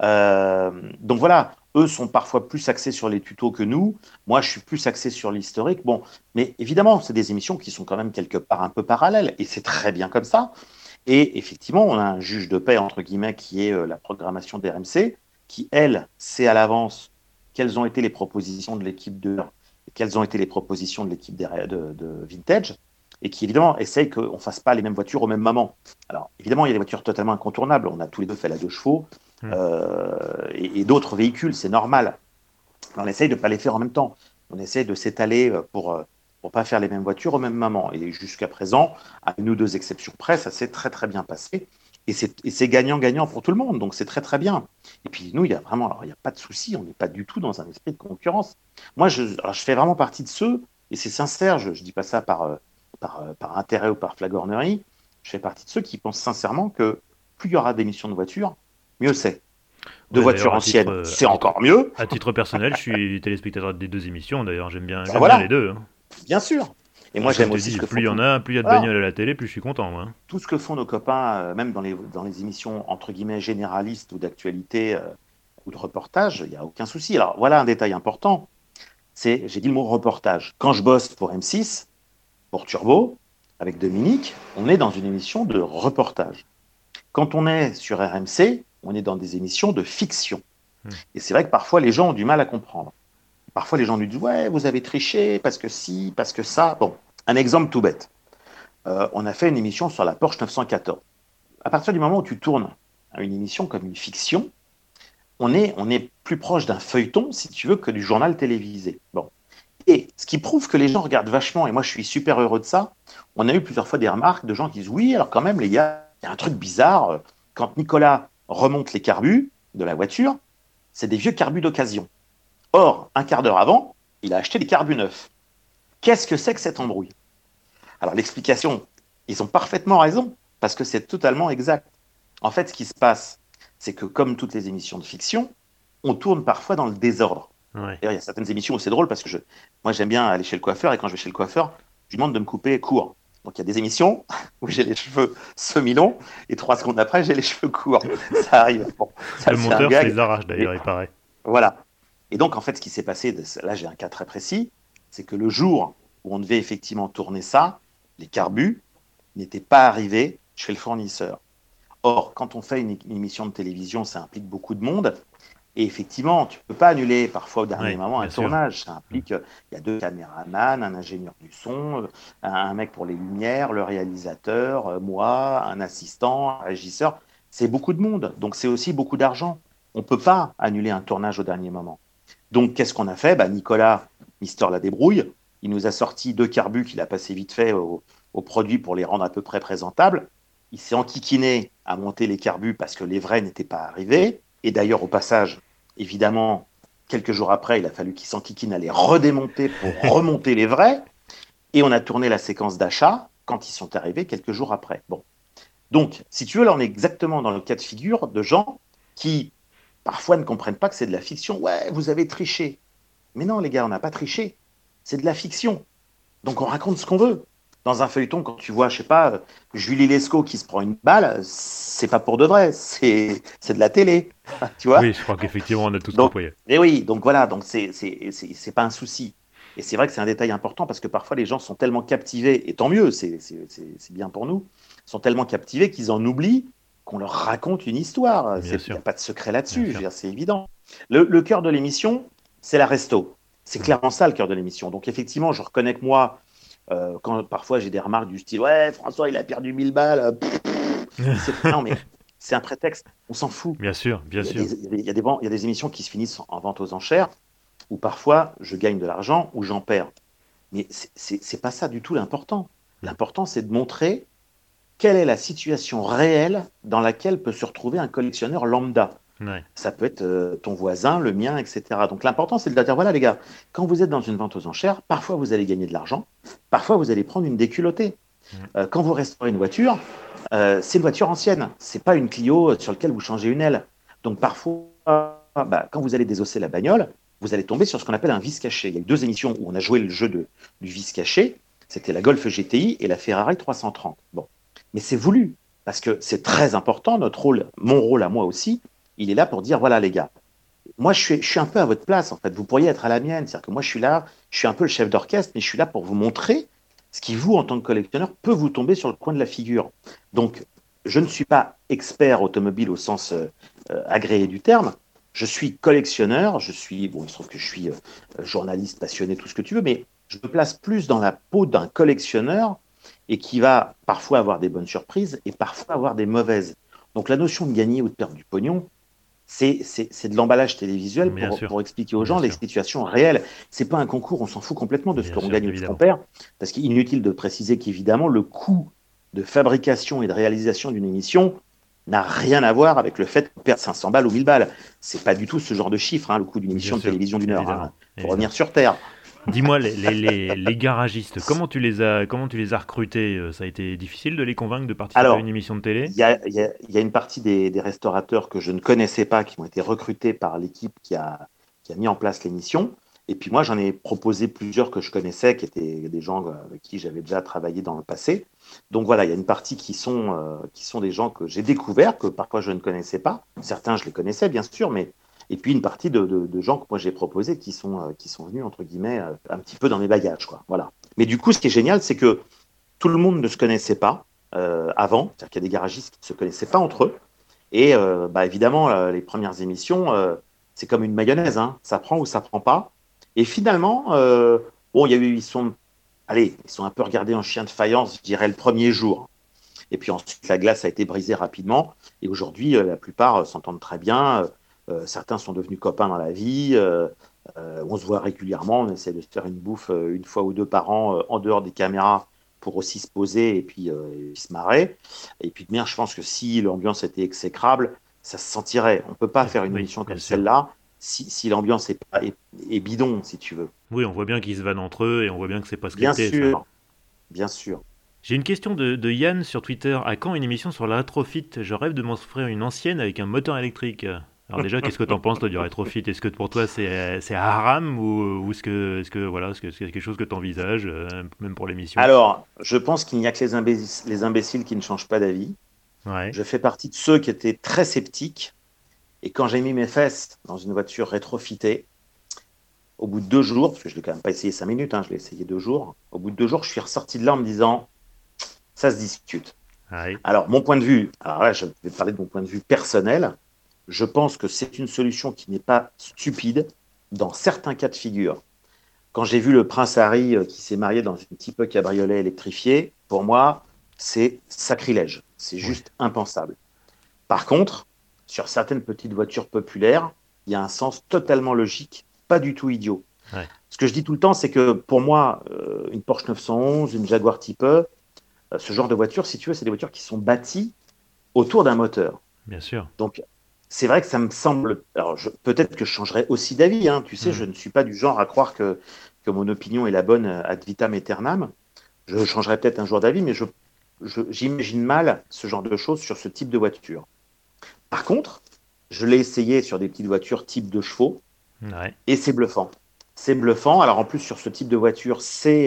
Donc voilà, eux sont parfois plus axés sur les tutos que nous. Moi, je suis plus axé sur l'historique. Bon, mais évidemment, c'est des émissions qui sont quand même quelque part un peu parallèles, et c'est très bien comme ça. Et effectivement, on a un juge de paix, entre guillemets, qui est la programmation d'RMC, qui, elle, sait à l'avance quelles ont été les propositions de l'équipe et quelles ont été les propositions de l'équipe de Vintage, et qui, évidemment, essaye qu'on ne fasse pas les mêmes voitures au même moment. Alors, évidemment, il y a des voitures totalement incontournables. On a tous les deux fait la 2 chevaux, et d'autres véhicules, c'est normal. On essaye de ne pas les faire en même temps. On essaye de s'étaler pour pas faire les mêmes voitures au même moment. Et jusqu'à présent, à une ou deux exceptions près, ça s'est très très bien passé. Et c'est gagnant-gagnant pour tout le monde. Donc c'est très très bien. Et puis nous, il y a vraiment, alors il n'y a pas de souci, on n'est pas du tout dans un esprit de concurrence. Moi, alors, je fais vraiment partie de ceux, et c'est sincère, je ne dis pas ça par intérêt ou par flagornerie, je fais partie de ceux qui pensent sincèrement que plus il y aura d'émissions de voitures, mieux c'est. De Ouais, voitures d'ailleurs, anciennes, c'est encore mieux. à titre personnel, je suis téléspectateur des deux émissions. D'ailleurs, Ben j'aime bien les voilà, deux, hein. bien sûr. Et moi, Et comme j'aime tu aussi dis, ce que plus font il y en tous. a, plus il y a de Voilà, bagnoles à la télé, plus je suis content, moi, hein. tout ce que font nos copains, même dans les émissions entre guillemets généralistes ou d'actualité ou de reportage, il n'y a aucun souci. Alors voilà un détail important, j'ai dit le mot reportage. Quand je bosse pour M6, pour Turbo, avec Dominique, on est dans une émission de reportage. Quand on est sur RMC, on est dans des émissions de fiction. Et c'est vrai que parfois les gens ont du mal à comprendre. Parfois les gens nous disent ouais, vous avez triché parce que si, parce que ça. Bon, un exemple tout bête. On a fait une émission sur la Porsche 914. À partir du moment où tu tournes une émission comme une fiction, on est plus proche d'un feuilleton, si tu veux, que du journal télévisé. Bon. Et ce qui prouve que les gens regardent vachement, et moi je suis super heureux de ça, on a eu plusieurs fois des remarques de gens qui disent oui, alors quand même les gars, il y a un truc bizarre, quand Nicolas remonte les carbus de la voiture, c'est des vieux carbus d'occasion. Or, un quart d'heure avant, il a acheté des carbus neufs. Qu'est-ce que c'est que cette embrouille? Alors l'explication, ils ont parfaitement raison, parce que c'est totalement exact. En fait, ce qui se passe, c'est que comme toutes les émissions de fiction, on tourne parfois dans le désordre. Ouais. D'ailleurs, il y a certaines émissions où c'est drôle, parce que moi j'aime bien aller chez le coiffeur, et quand je vais chez le coiffeur, je lui demande de me couper court. Donc il y a des émissions où j'ai les cheveux semi-longs, et 3 secondes après, j'ai les cheveux courts. Ça arrive. Bon, ça, Le c'est un monteur se gag. les arrache, Mais d'ailleurs, il paraît. voilà. Et donc, en fait, ce qui s'est passé, là j'ai un cas très précis, c'est que le jour où on devait effectivement tourner ça, les carbus n'étaient pas arrivés chez le fournisseur. Or, quand on fait une émission de télévision, ça implique beaucoup de monde. Et effectivement, tu ne peux pas annuler parfois au dernier Oui, moment un bien sûr. tournage. Ça implique, il y a 2 caméramans, un ingénieur du son, un mec pour les lumières, le réalisateur, moi, un assistant, un régisseur. C'est beaucoup de monde. Donc, c'est aussi beaucoup d'argent. On ne peut pas annuler un tournage au dernier moment. Donc, qu'est-ce qu'on a fait? Nicolas, Mister la débrouille, il nous a sorti 2 carbus qu'il a passé vite fait au produit pour les rendre à peu près présentables. Il s'est enquiquiné à monter les carbus parce que les vrais n'étaient pas arrivés. Et d'ailleurs, au passage, évidemment, quelques jours après, il a fallu qu'il s'enquiquine à les redémonter pour remonter les vrais. Et on a tourné la séquence d'achat quand ils sont arrivés quelques jours après. Bon. Donc, si tu veux, là, on est exactement dans le cas de figure de gens qui, parfois, ne comprennent pas que c'est de la fiction. Ouais, vous avez triché. Mais non, les gars, on n'a pas triché. C'est de la fiction. Donc, on raconte ce qu'on veut. Dans un feuilleton, quand tu vois, je sais pas, Julie Lescaut qui se prend une balle, c'est pas pour de vrai, c'est de la télé, tu vois. Oui, je crois qu'effectivement, on a tous Donc, compris. et oui, donc voilà, donc c'est pas un souci. Et c'est vrai que c'est un détail important parce que parfois les gens sont tellement captivés, et tant mieux, c'est bien pour nous, sont tellement captivés qu'ils en oublient qu'on leur raconte une histoire. Bien Il n'y sûr, a pas de secret bien là-dessus, je veux sûr. dire, c'est évident. Le cœur de l'émission, c'est la resto. C'est clairement ça le cœur de l'émission. Donc effectivement, je reconnais que moi, quand parfois j'ai des remarques du style ouais, François il a perdu 1000 balles, non mais c'est un prétexte. On s'en fout. Bien sûr, bien sûr. Il y a des émissions qui se finissent en vente aux enchères, où parfois je gagne de l'argent ou j'en perds. Mais c'est pas ça du tout l'important. L'important, c'est de montrer quelle est la situation réelle dans laquelle peut se retrouver un collectionneur lambda. Ouais. Ça peut être ton voisin, le mien, etc. Donc l'important, c'est de dire, voilà les gars, quand vous êtes dans une vente aux enchères, parfois vous allez gagner de l'argent, parfois vous allez prendre une déculottée. Quand vous restaurez une voiture, c'est une voiture ancienne, c'est pas une Clio sur laquelle vous changez une aile. Donc parfois, quand vous allez désosser la bagnole, vous allez tomber sur ce qu'on appelle un vice caché. Il y a eu 2 émissions où on a joué le jeu du vice caché, c'était la Golf GTI et la Ferrari 330. Bon, mais c'est voulu, parce que c'est très important, notre rôle, mon rôle à moi aussi, il est là pour dire, voilà les gars, moi je suis un peu à votre place en fait, vous pourriez être à la mienne, c'est-à-dire que moi je suis là, je suis un peu le chef d'orchestre, mais je suis là pour vous montrer ce qui vous, en tant que collectionneur, peut vous tomber sur le coin de la figure. Donc, je ne suis pas expert automobile au sens agréé du terme, je suis collectionneur, bon, il se trouve que je suis journaliste, passionné, tout ce que tu veux, mais je me place plus dans la peau d'un collectionneur et qui va parfois avoir des bonnes surprises et parfois avoir des mauvaises. Donc la notion de gagner ou de perdre du pognon, c'est de l'emballage télévisuel Bien sûr, pour expliquer aux bien gens les sûr, situations réelles. C'est pas un concours, on s'en fout complètement de ce bien qu'on sûr, gagne ou de ce qu'on évidemment. perd, parce qu'il est inutile de préciser qu'évidemment, le coût de fabrication et de réalisation d'une émission n'a rien à voir avec le fait qu'on perd 500 balles ou 1000 balles. C'est pas du tout ce genre de chiffre, hein, le coût d'une Bien émission de sûr, télévision d'une heure. évidemment, Il faut revenir évidemment. sur Terre. Dis-moi, les garagistes, comment tu les as recrutés? Ça a été difficile de les convaincre de participer à une Alors, émission de télé? il y a une partie des restaurateurs que je ne connaissais pas, qui ont été recrutés par l'équipe qui a mis en place l'émission. Et puis moi, j'en ai proposé plusieurs que je connaissais, qui étaient des gens avec qui j'avais déjà travaillé dans le passé. Donc voilà, il y a une partie qui sont des gens que j'ai découverts, que parfois je ne connaissais pas. Certains, je les connaissais, bien sûr, mais... Et puis une partie de gens que moi j'ai proposés qui sont venus, entre guillemets, un petit peu dans mes bagages, quoi. Voilà. Mais du coup, ce qui est génial, c'est que tout le monde ne se connaissait pas avant, c'est-à-dire qu'il y a des garagistes qui ne se connaissaient pas entre eux. Et évidemment, les premières émissions, c'est comme une mayonnaise, hein, ça prend ou ça prend pas. Et finalement, bon, ils sont un peu regardés en chien de faïence, je dirais, le premier jour. Et puis ensuite, la glace a été brisée rapidement. Et aujourd'hui, la plupart s'entendent très bien. Certains sont devenus copains dans la vie. On se voit régulièrement. On essaie de se faire une bouffe une fois ou deux par an en dehors des caméras pour aussi se poser et puis se marrer. Et puis de manière, je pense que si l'ambiance était exécrable, ça se sentirait. On ne peut pas faire une Oui, émission bien comme sûr. celle-là si l'ambiance est bidon, si tu veux. Oui, on voit bien qu'ils se vannent entre eux et on voit bien que c'est pas Bien scripté, ça. sûr, bien sûr. J'ai une question de Yann sur Twitter. À quand une émission sur la rétrofit? Je rêve de m'offrir une ancienne avec un moteur électrique. Alors déjà, qu'est-ce que t'en penses toi du rétrofit? Est-ce que pour toi c'est haram ou est-ce que c'est quelque chose que t'envisages même pour l'émission? Alors, je pense qu'il n'y a que les imbéciles qui ne changent pas d'avis. Ouais, Je fais partie de ceux qui étaient très sceptiques. Et quand j'ai mis mes fesses dans une voiture rétrofitée, au bout de 2 jours, parce que je ne l'ai quand même pas essayé 5 minutes, hein, je l'ai essayé 2 jours, au bout de 2 jours, je suis ressorti de là en me disant, ça se discute. ouais, Alors, mon point de vue, alors là, je vais parler de mon point de vue personnel, je pense que c'est une solution qui n'est pas stupide dans certains cas de figure. Quand j'ai vu le prince Harry qui s'est marié dans une type cabriolet électrifiée, pour moi, c'est sacrilège. C'est ouais, juste impensable. Par contre, sur certaines petites voitures populaires, il y a un sens totalement logique, pas du tout idiot. ouais, Ce que je dis tout le temps, c'est que pour moi, une Porsche 911, une Jaguar Type E, ce genre de voiture, si tu veux, c'est des voitures qui sont bâties autour d'un moteur. bien sûr. Donc, c'est vrai que ça me semble. Alors, peut-être que je changerai aussi d'avis. Hein. Tu sais, Hmm. je ne suis pas du genre à croire que mon opinion est la bonne ad vitam aeternam. Je changerai peut-être un jour d'avis, mais j'imagine mal ce genre de choses sur ce type de voiture. Par contre, je l'ai essayé sur des petites voitures type 2 chevaux Ouais, et c'est bluffant. C'est bluffant. Alors, en plus, sur ce type de voiture,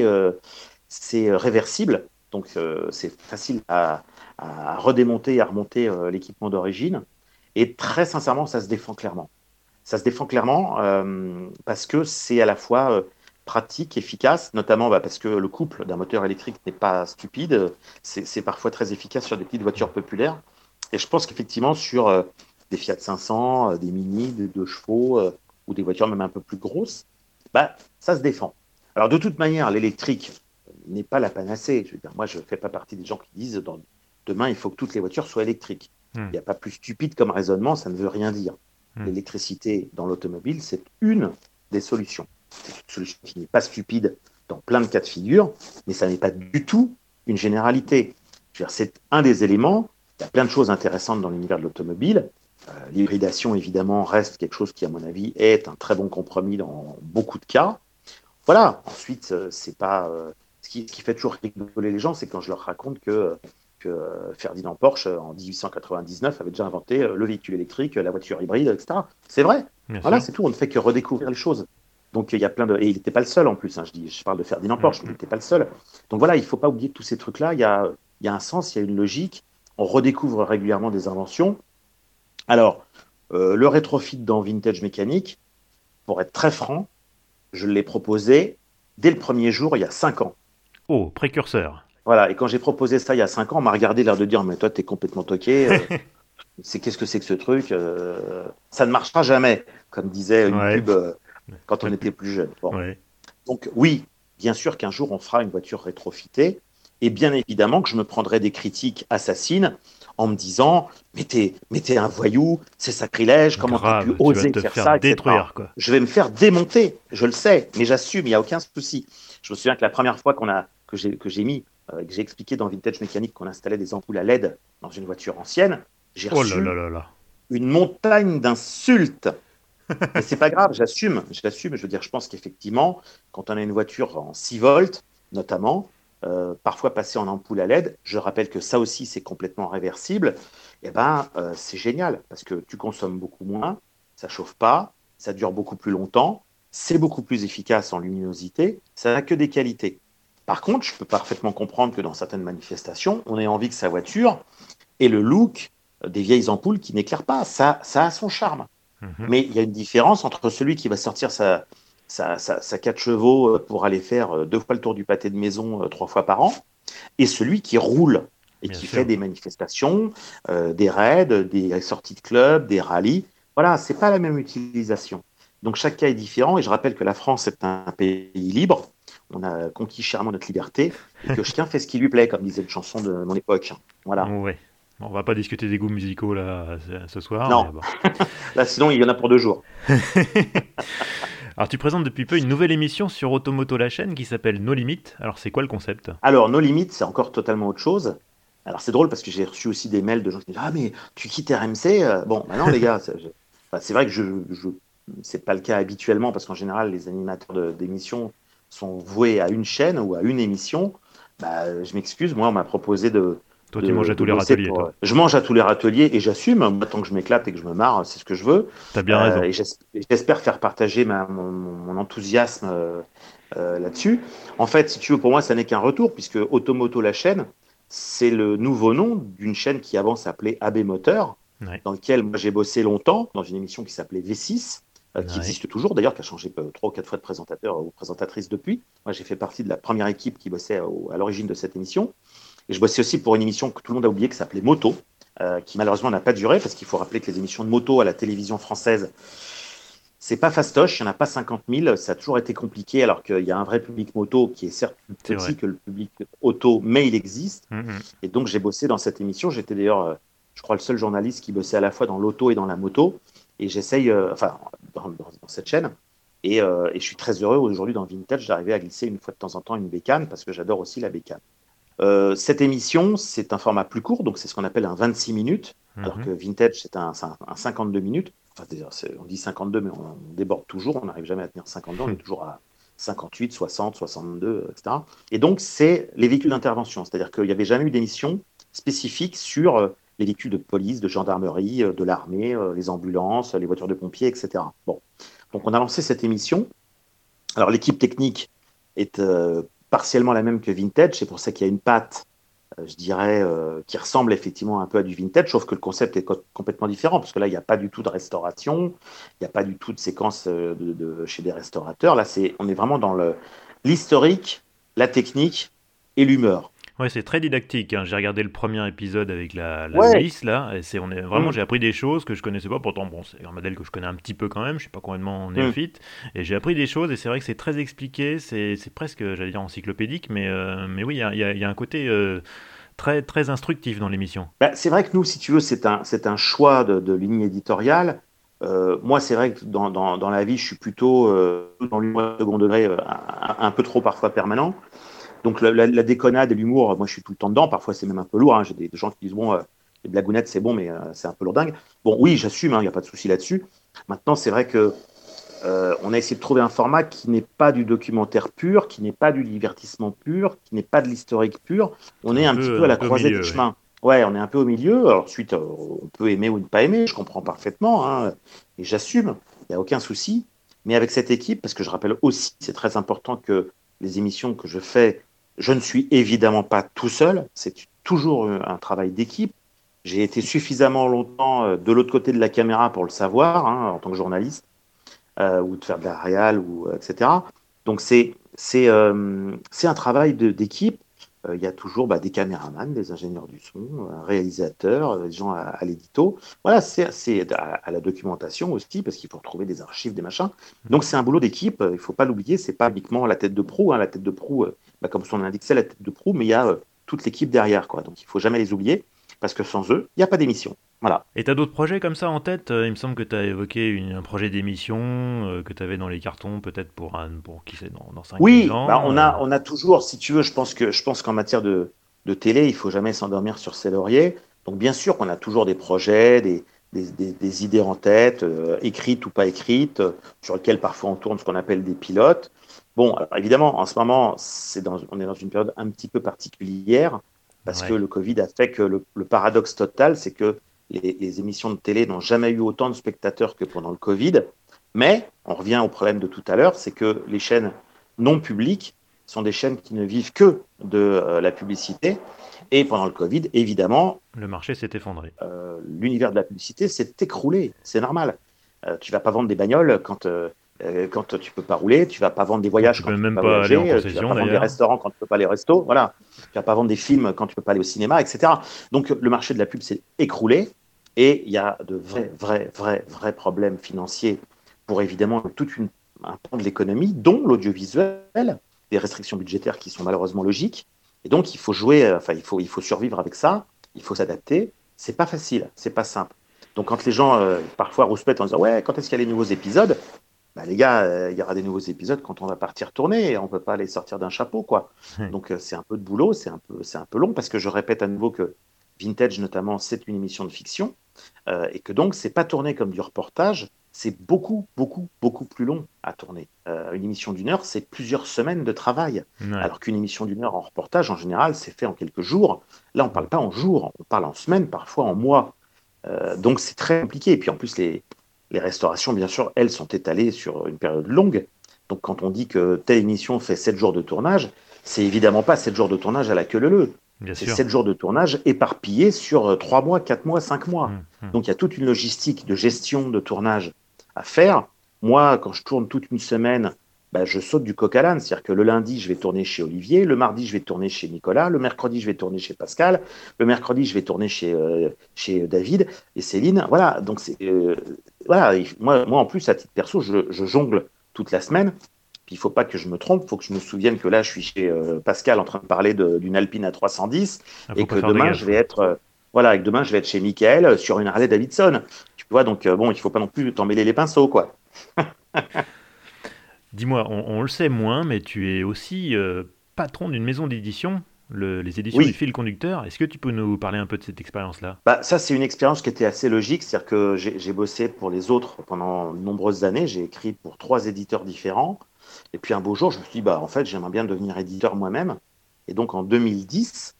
c'est réversible. Donc, c'est facile à redémonter et à remonter l'équipement d'origine. Et très sincèrement, ça se défend clairement. Ça se défend clairement parce que c'est à la fois pratique, efficace, notamment parce que le couple d'un moteur électrique n'est pas stupide. C'est parfois très efficace sur des petites voitures populaires. Et je pense qu'effectivement, sur des Fiat 500, des Mini de 2 chevaux ou des voitures même un peu plus grosses, ça se défend. Alors, de toute manière, l'électrique n'est pas la panacée. Je veux dire, moi, je ne fais pas partie des gens qui disent demain, il faut que toutes les voitures soient électriques. Il n'y a pas plus stupide comme raisonnement, ça ne veut rien dire. Hmm. L'électricité dans l'automobile, c'est une des solutions. C'est une solution qui n'est pas stupide dans plein de cas de figure, mais ça n'est pas du tout une généralité. Je veux dire, c'est un des éléments. Il y a plein de choses intéressantes dans l'univers de l'automobile. L'hybridation, évidemment, reste quelque chose qui, à mon avis, est un très bon compromis dans beaucoup de cas. Voilà. Ensuite, c'est pas ce qui fait toujours rigoler les gens, c'est quand je leur raconte que Ferdinand Porsche, en 1899, avait déjà inventé le véhicule électrique, la voiture hybride, etc. C'est vrai. Bien Voilà, sûr. c'est tout. On ne fait que redécouvrir les choses. Donc, il y a plein de. Et il n'était pas le seul en plus. Hein, je parle de Ferdinand Porsche, mais il n'était pas le seul. Donc, voilà, il ne faut pas oublier que tous ces trucs-là, il y a un sens, il y a une logique. On redécouvre régulièrement des inventions. Alors, le rétrofit dans Vintage Mécanique, pour être très franc, je l'ai proposé dès le premier jour, il y a 5 ans. Oh, précurseur. Voilà, et quand j'ai proposé ça il y a 5 ans, on m'a regardé l'air de dire, mais toi, t'es complètement toqué, qu'est-ce que c'est que ce truc ça ne marchera jamais, comme disait une Ouais. pub quand on était plus jeune. Bon. Ouais. Donc oui, bien sûr qu'un jour, on fera une voiture rétrofitée, et bien évidemment que je me prendrai des critiques assassines en me disant, mais t'es un voyou, c'est sacrilège, comment t'as pu Grave, tu vas oser te faire faire ça, etc. détruire, quoi. Je vais me faire démonter, je le sais, mais j'assume, il n'y a aucun souci. Je me souviens que la première fois que j'ai expliqué dans Vintage Mécanique qu'on installait des ampoules à LED dans une voiture ancienne, j'ai Oh là là reçu là là. une montagne d'insultes. Mais c'est pas grave, j'assume. Je veux dire, je pense qu'effectivement, quand on a une voiture en 6 volts, notamment, parfois passer en ampoule à LED, je rappelle que ça aussi c'est complètement réversible, et ben c'est génial parce que tu consommes beaucoup moins, ça chauffe pas, ça dure beaucoup plus longtemps, c'est beaucoup plus efficace en luminosité, ça n'a que des qualités. Par contre, je peux parfaitement comprendre que dans certaines manifestations, on ait envie que sa voiture ait le look des vieilles ampoules qui n'éclairent pas. Ça a son charme. Mhm. Mais il y a une différence entre celui qui va sortir sa 4 chevaux pour aller faire 2 fois le tour du pâté de maison 3 fois par an et celui qui roule et Bien qui fait sûr. des manifestations, des raids, des sorties de club, des rallyes. Voilà, c'est pas la même utilisation. Donc chaque cas est différent et je rappelle que la France est un pays libre. On a conquis chèrement notre liberté et que chacun fait ce qui lui plaît, comme disait une chanson de mon époque. Voilà. Ouais. Bon, on va pas discuter des goûts musicaux là ce soir, mais Non, bon. là sinon il y en a pour 2 jours. Alors tu présentes depuis peu une nouvelle émission sur Automoto la chaîne qui s'appelle No Limites. Alors c'est quoi le concept? Alors, nos limites, c'est encore totalement autre chose. Alors, c'est drôle parce que j'ai reçu aussi des mails de gens qui me disent ah, mais tu quittes RMC Bon, bah non, les gars, enfin, c'est vrai que c'est pas le cas habituellement parce qu'en général, les animateurs d'émissions sont voués à une chaîne ou à une émission. Bah, je m'excuse, moi, on m'a proposé Toi tu manges à de tous les bosser râteliers, pour. toi. Je mange à tous les râteliers et j'assume. Moi, tant que je m'éclate et que je me marre, c'est ce que je veux. T'as bien raison. Et j'espère faire partager mon enthousiasme là-dessus. En fait, si tu veux, pour moi, ça n'est qu'un retour, puisque Automoto, la chaîne, c'est le nouveau nom d'une chaîne qui avant s'appelait AB Moteur, Ouais. dans lequel moi j'ai bossé longtemps, dans une émission qui s'appelait V6, qui Ouais. existe toujours d'ailleurs, qui a changé 3 ou 4 fois de présentateur ou présentatrice depuis. Moi, j'ai fait partie de la première équipe qui bossait à l'origine de cette émission. Et je bossais aussi pour une émission que tout le monde a oublié, qui s'appelait Moto, qui malheureusement n'a pas duré, parce qu'il faut rappeler que les émissions de moto à la télévision française, c'est pas fastoche, il n'y en a pas 50 000, ça a toujours été compliqué, alors qu'il y a un vrai public moto qui est certes plus C'est vrai. petit que le public auto, mais il existe. Mhm. Et donc j'ai bossé dans cette émission, j'étais d'ailleurs, je crois, le seul journaliste qui bossait à la fois dans l'auto et dans la moto, et j'essaye, enfin, dans cette chaîne, et je suis très heureux aujourd'hui dans Vintage d'arriver à glisser une fois de temps en temps une bécane, parce que j'adore aussi la bécane. Cette émission, c'est un format plus court, donc c'est ce qu'on appelle un 26 minutes, alors Mhm. que Vintage, c'est un 52 minutes. Enfin, on dit 52, mais on déborde toujours, on n'arrive jamais à tenir 52, on est toujours à 58, 60, 62, etc. Et donc, c'est les véhicules d'intervention, c'est-à-dire qu'il n'y avait jamais eu d'émission spécifique sur les véhicules de police, de gendarmerie, de l'armée, les ambulances, les voitures de pompiers, etc. Bon, donc on a lancé cette émission. Alors, l'équipe technique est partiellement la même que Vintage. C'est pour ça qu'il y a une patte, je dirais, qui ressemble effectivement un peu à du Vintage, sauf que le concept est complètement différent, parce que là, il n'y a pas du tout de restauration, il n'y a pas du tout de séquence chez des restaurateurs. Là, on est vraiment dans l'historique, la technique et l'humeur. Ouais, c'est très didactique, hein. J'ai regardé le premier épisode avec la Ouais. Bliss, là, et vraiment, Mmh, j'ai appris des choses que je connaissais pas. Pourtant, bon, c'est un modèle que je connais un petit peu quand même, je suis pas complètement mmh. néophyte, et j'ai appris des choses, et c'est vrai que c'est très expliqué, c'est presque, j'allais dire, encyclopédique, mais oui, il y a un côté très, très instructif dans l'émission. Bah, c'est vrai que nous, si tu veux, c'est un choix de ligne éditoriale. Moi, c'est vrai que dans la vie, je suis plutôt dans l'humour second degré, un peu trop parfois permanent. Donc la déconnade et l'humour, moi, je suis tout le temps dedans. Parfois, c'est même un peu lourd, hein. J'ai des gens qui disent, bon, les blagounettes, c'est bon, mais c'est un peu lourdingue. Bon, oui, j'assume, il n'y a pas de souci là-dessus. Maintenant, c'est vrai que on a essayé de trouver un format qui n'est pas du documentaire pur, qui n'est pas du divertissement pur, qui n'est pas de l'historique pur. On C'est est un petit peu à un la peu au croisée des milieu, ouais. chemins. Ouais, on est un peu au milieu. Alors, ensuite, on peut aimer ou ne pas aimer, je comprends parfaitement, hein, et j'assume, il n'y a aucun souci. Mais avec cette équipe, parce que je rappelle aussi, c'est très important que les émissions que je fais, je ne suis évidemment pas tout seul, c'est toujours un travail d'équipe. J'ai été suffisamment longtemps de l'autre côté de la caméra pour le savoir, hein, en tant que journaliste ou de faire de la réal, ou, etc. Donc c'est un travail d'équipe. Il y a toujours des caméramans, des ingénieurs du son, un réalisateur, des gens à l'édito. Voilà, c'est à la documentation aussi, parce qu'il faut retrouver des archives, des machins. Donc c'est un boulot d'équipe, il ne faut pas l'oublier, c'est pas uniquement la tête de proue. Hein. La tête de proue, comme son nom l'indique, c'est la tête de proue, mais il y a toute l'équipe derrière, quoi. Donc il ne faut jamais les oublier, parce que sans eux, il n'y a pas d'émission. Voilà. Et t'as d'autres projets comme ça en tête? Il me semble que t'as évoqué un projet d'émission que t'avais dans les cartons, peut-être pour qui sait, dans 5-10 Oui, ans. on a toujours, si tu veux, je pense qu'en matière de télé, il faut jamais s'endormir sur ses lauriers. Donc, bien sûr qu'on a toujours des projets, des idées en tête, écrites ou pas écrites, sur lesquelles parfois on tourne ce qu'on appelle des pilotes. Bon, alors évidemment, en ce moment, on est dans une période un petit peu particulière, parce que Ouais. le Covid a fait que le paradoxe total, c'est que les émissions de télé n'ont jamais eu autant de spectateurs que pendant le Covid. Mais on revient au problème de tout à l'heure, c'est que les chaînes non publiques sont des chaînes qui ne vivent que de la publicité. Et pendant le Covid, évidemment, Le marché s'est effondré. l'univers de la publicité s'est écroulé. C'est normal. Tu vas pas vendre des bagnoles quand tu peux pas rouler. Tu vas pas vendre des Quand tu voyages quand peux tu peux même pas pas aller en voyager. Tu vas concession pas vendre des d'ailleurs. restaurants quand tu peux pas aller au resto. Voilà. Tu vas pas vendre des films quand tu peux pas aller au cinéma, etc. Donc le marché de la pub s'est écroulé. Et il y a de vrais problèmes financiers pour évidemment un pan de l'économie, dont l'audiovisuel, des restrictions budgétaires qui sont malheureusement logiques. Et donc, il faut jouer, enfin, il faut survivre avec ça, il faut s'adapter. C'est pas facile, c'est pas simple. Donc, quand les gens parfois rouspètent en disant ouais, quand est-ce qu'il y a les nouveaux épisodes? Bah, les gars, il y aura des nouveaux épisodes quand on va partir tourner. Et on peut pas les sortir d'un chapeau, quoi. Donc, c'est un peu de boulot, c'est un peu long parce que je répète à nouveau que Vintage, notamment, c'est une émission de fiction et que donc, c'est pas tourné comme du reportage. C'est beaucoup plus long à tourner. Une émission d'une heure, c'est plusieurs semaines de travail. Ouais. Alors qu'une émission d'une heure en reportage, en général, c'est fait en quelques jours. Là, on ne parle pas en jours, on parle en semaines, parfois en mois. Donc, c'est très compliqué. Et puis, en plus, les restaurations, bien sûr, elles sont étalées sur une période longue. Donc, quand on dit que telle émission fait 7 jours de tournage, c'est évidemment pas 7 jours de tournage à la queue leu-leu. Bien C'est sûr. 7 jours de tournage éparpillés sur 3 mois, 4 mois, 5 mois. Hum, hum. Donc, il y a toute une logistique de gestion de tournage à faire. Moi, quand je tourne toute une semaine, je saute du coq à l'âne. C'est-à-dire que le lundi, je vais tourner chez Olivier, le mardi, je vais tourner chez Nicolas, le mercredi, je vais tourner chez Pascal, le mercredi, je vais tourner chez David et Céline. Voilà, donc voilà. Moi, en plus, à titre perso, je jongle toute la semaine. Puis il ne faut pas que je me trompe, il faut que je me souvienne que là, je suis chez Pascal en train de parler d'une Alpine à 310 Ah, et faut que pas faire de demain, je gaffe. vais être voilà, et que demain, je vais être chez Michael sur une Harley Davidson. Tu vois, donc bon, il ne faut pas non plus t'en mêler les pinceaux, quoi. Dis-moi, on le sait moins, mais tu es aussi patron d'une maison d'édition, les éditions du Oui, fil conducteur. Est-ce que tu peux nous parler un peu de cette expérience-là? ça, c'est une expérience qui était assez logique. C'est-à-dire que j'ai bossé pour les autres pendant de nombreuses années. J'ai écrit pour 3 éditeurs différents. Et puis un beau jour, je me suis dit, en fait, j'aimerais bien devenir éditeur moi-même. Et donc en 2010,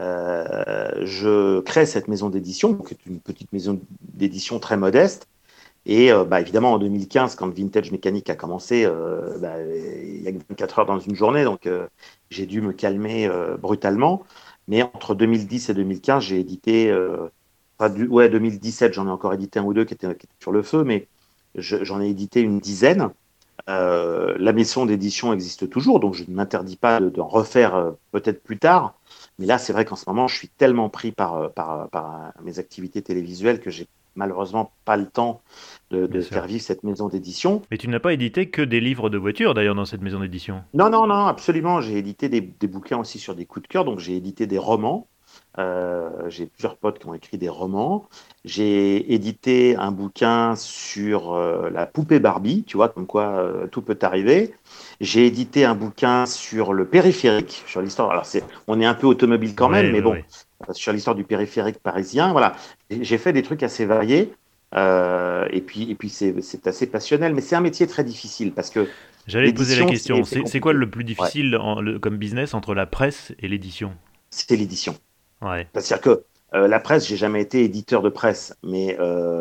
je crée cette maison d'édition, qui est une petite maison d'édition très modeste. Et évidemment, en 2015, quand Vintage Mécanique a commencé, il y a que 24 heures dans une journée, donc j'ai dû me calmer brutalement. Mais entre 2010 et 2015, j'ai édité, 2017, j'en ai encore édité un ou deux qui étaient sur le feu, mais j'en ai édité une dizaine. La maison d'édition existe toujours, donc je ne m'interdis pas d'en refaire peut-être plus tard. Mais là, c'est vrai qu'en ce moment, je suis tellement pris par mes activités télévisuelles que j'ai malheureusement pas le temps Bien de sûr. faire vivre cette maison d'édition. Mais tu n'as pas édité que des livres de voitures d'ailleurs dans cette maison d'édition. Non, non, non, absolument. J'ai édité des bouquins aussi sur des coups de cœur, donc j'ai édité des romans. J'ai plusieurs potes qui ont écrit des romans. J'ai édité un bouquin sur la poupée Barbie, tu vois, comme quoi tout peut arriver. J'ai édité un bouquin sur le périphérique, sur l'histoire. Alors, on est un peu automobile quand même, Ouais, mais ouais, bon, ouais. sur l'histoire du périphérique parisien. Voilà. J'ai fait des trucs assez variés. Et puis c'est assez passionnel, mais c'est un métier très difficile parce que J'allais te poser la l'édition, question. c'est C'est quoi compliqué. le plus Ouais, difficile comme business entre la presse et l'édition? c'est l'édition. Ouais. C'est-à-dire que la presse, j'ai jamais été éditeur de presse, mais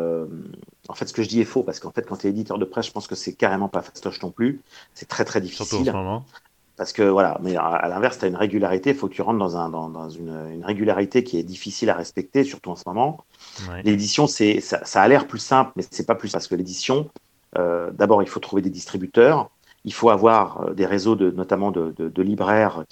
en fait, ce que je dis est faux, parce qu'en fait, quand tu es éditeur de presse, je pense que c'est carrément pas fastoche non plus. C'est très, très Surtout en ce difficile, moment. parce que voilà, mais à l'inverse, tu as une régularité, il faut que tu rentres dans une régularité qui est difficile à respecter, surtout en ce moment. Ouais. L'édition, ça a l'air plus simple, mais c'est pas plus, parce que l'édition, d'abord, il faut trouver des distributeurs, il faut avoir des réseaux notamment de libraires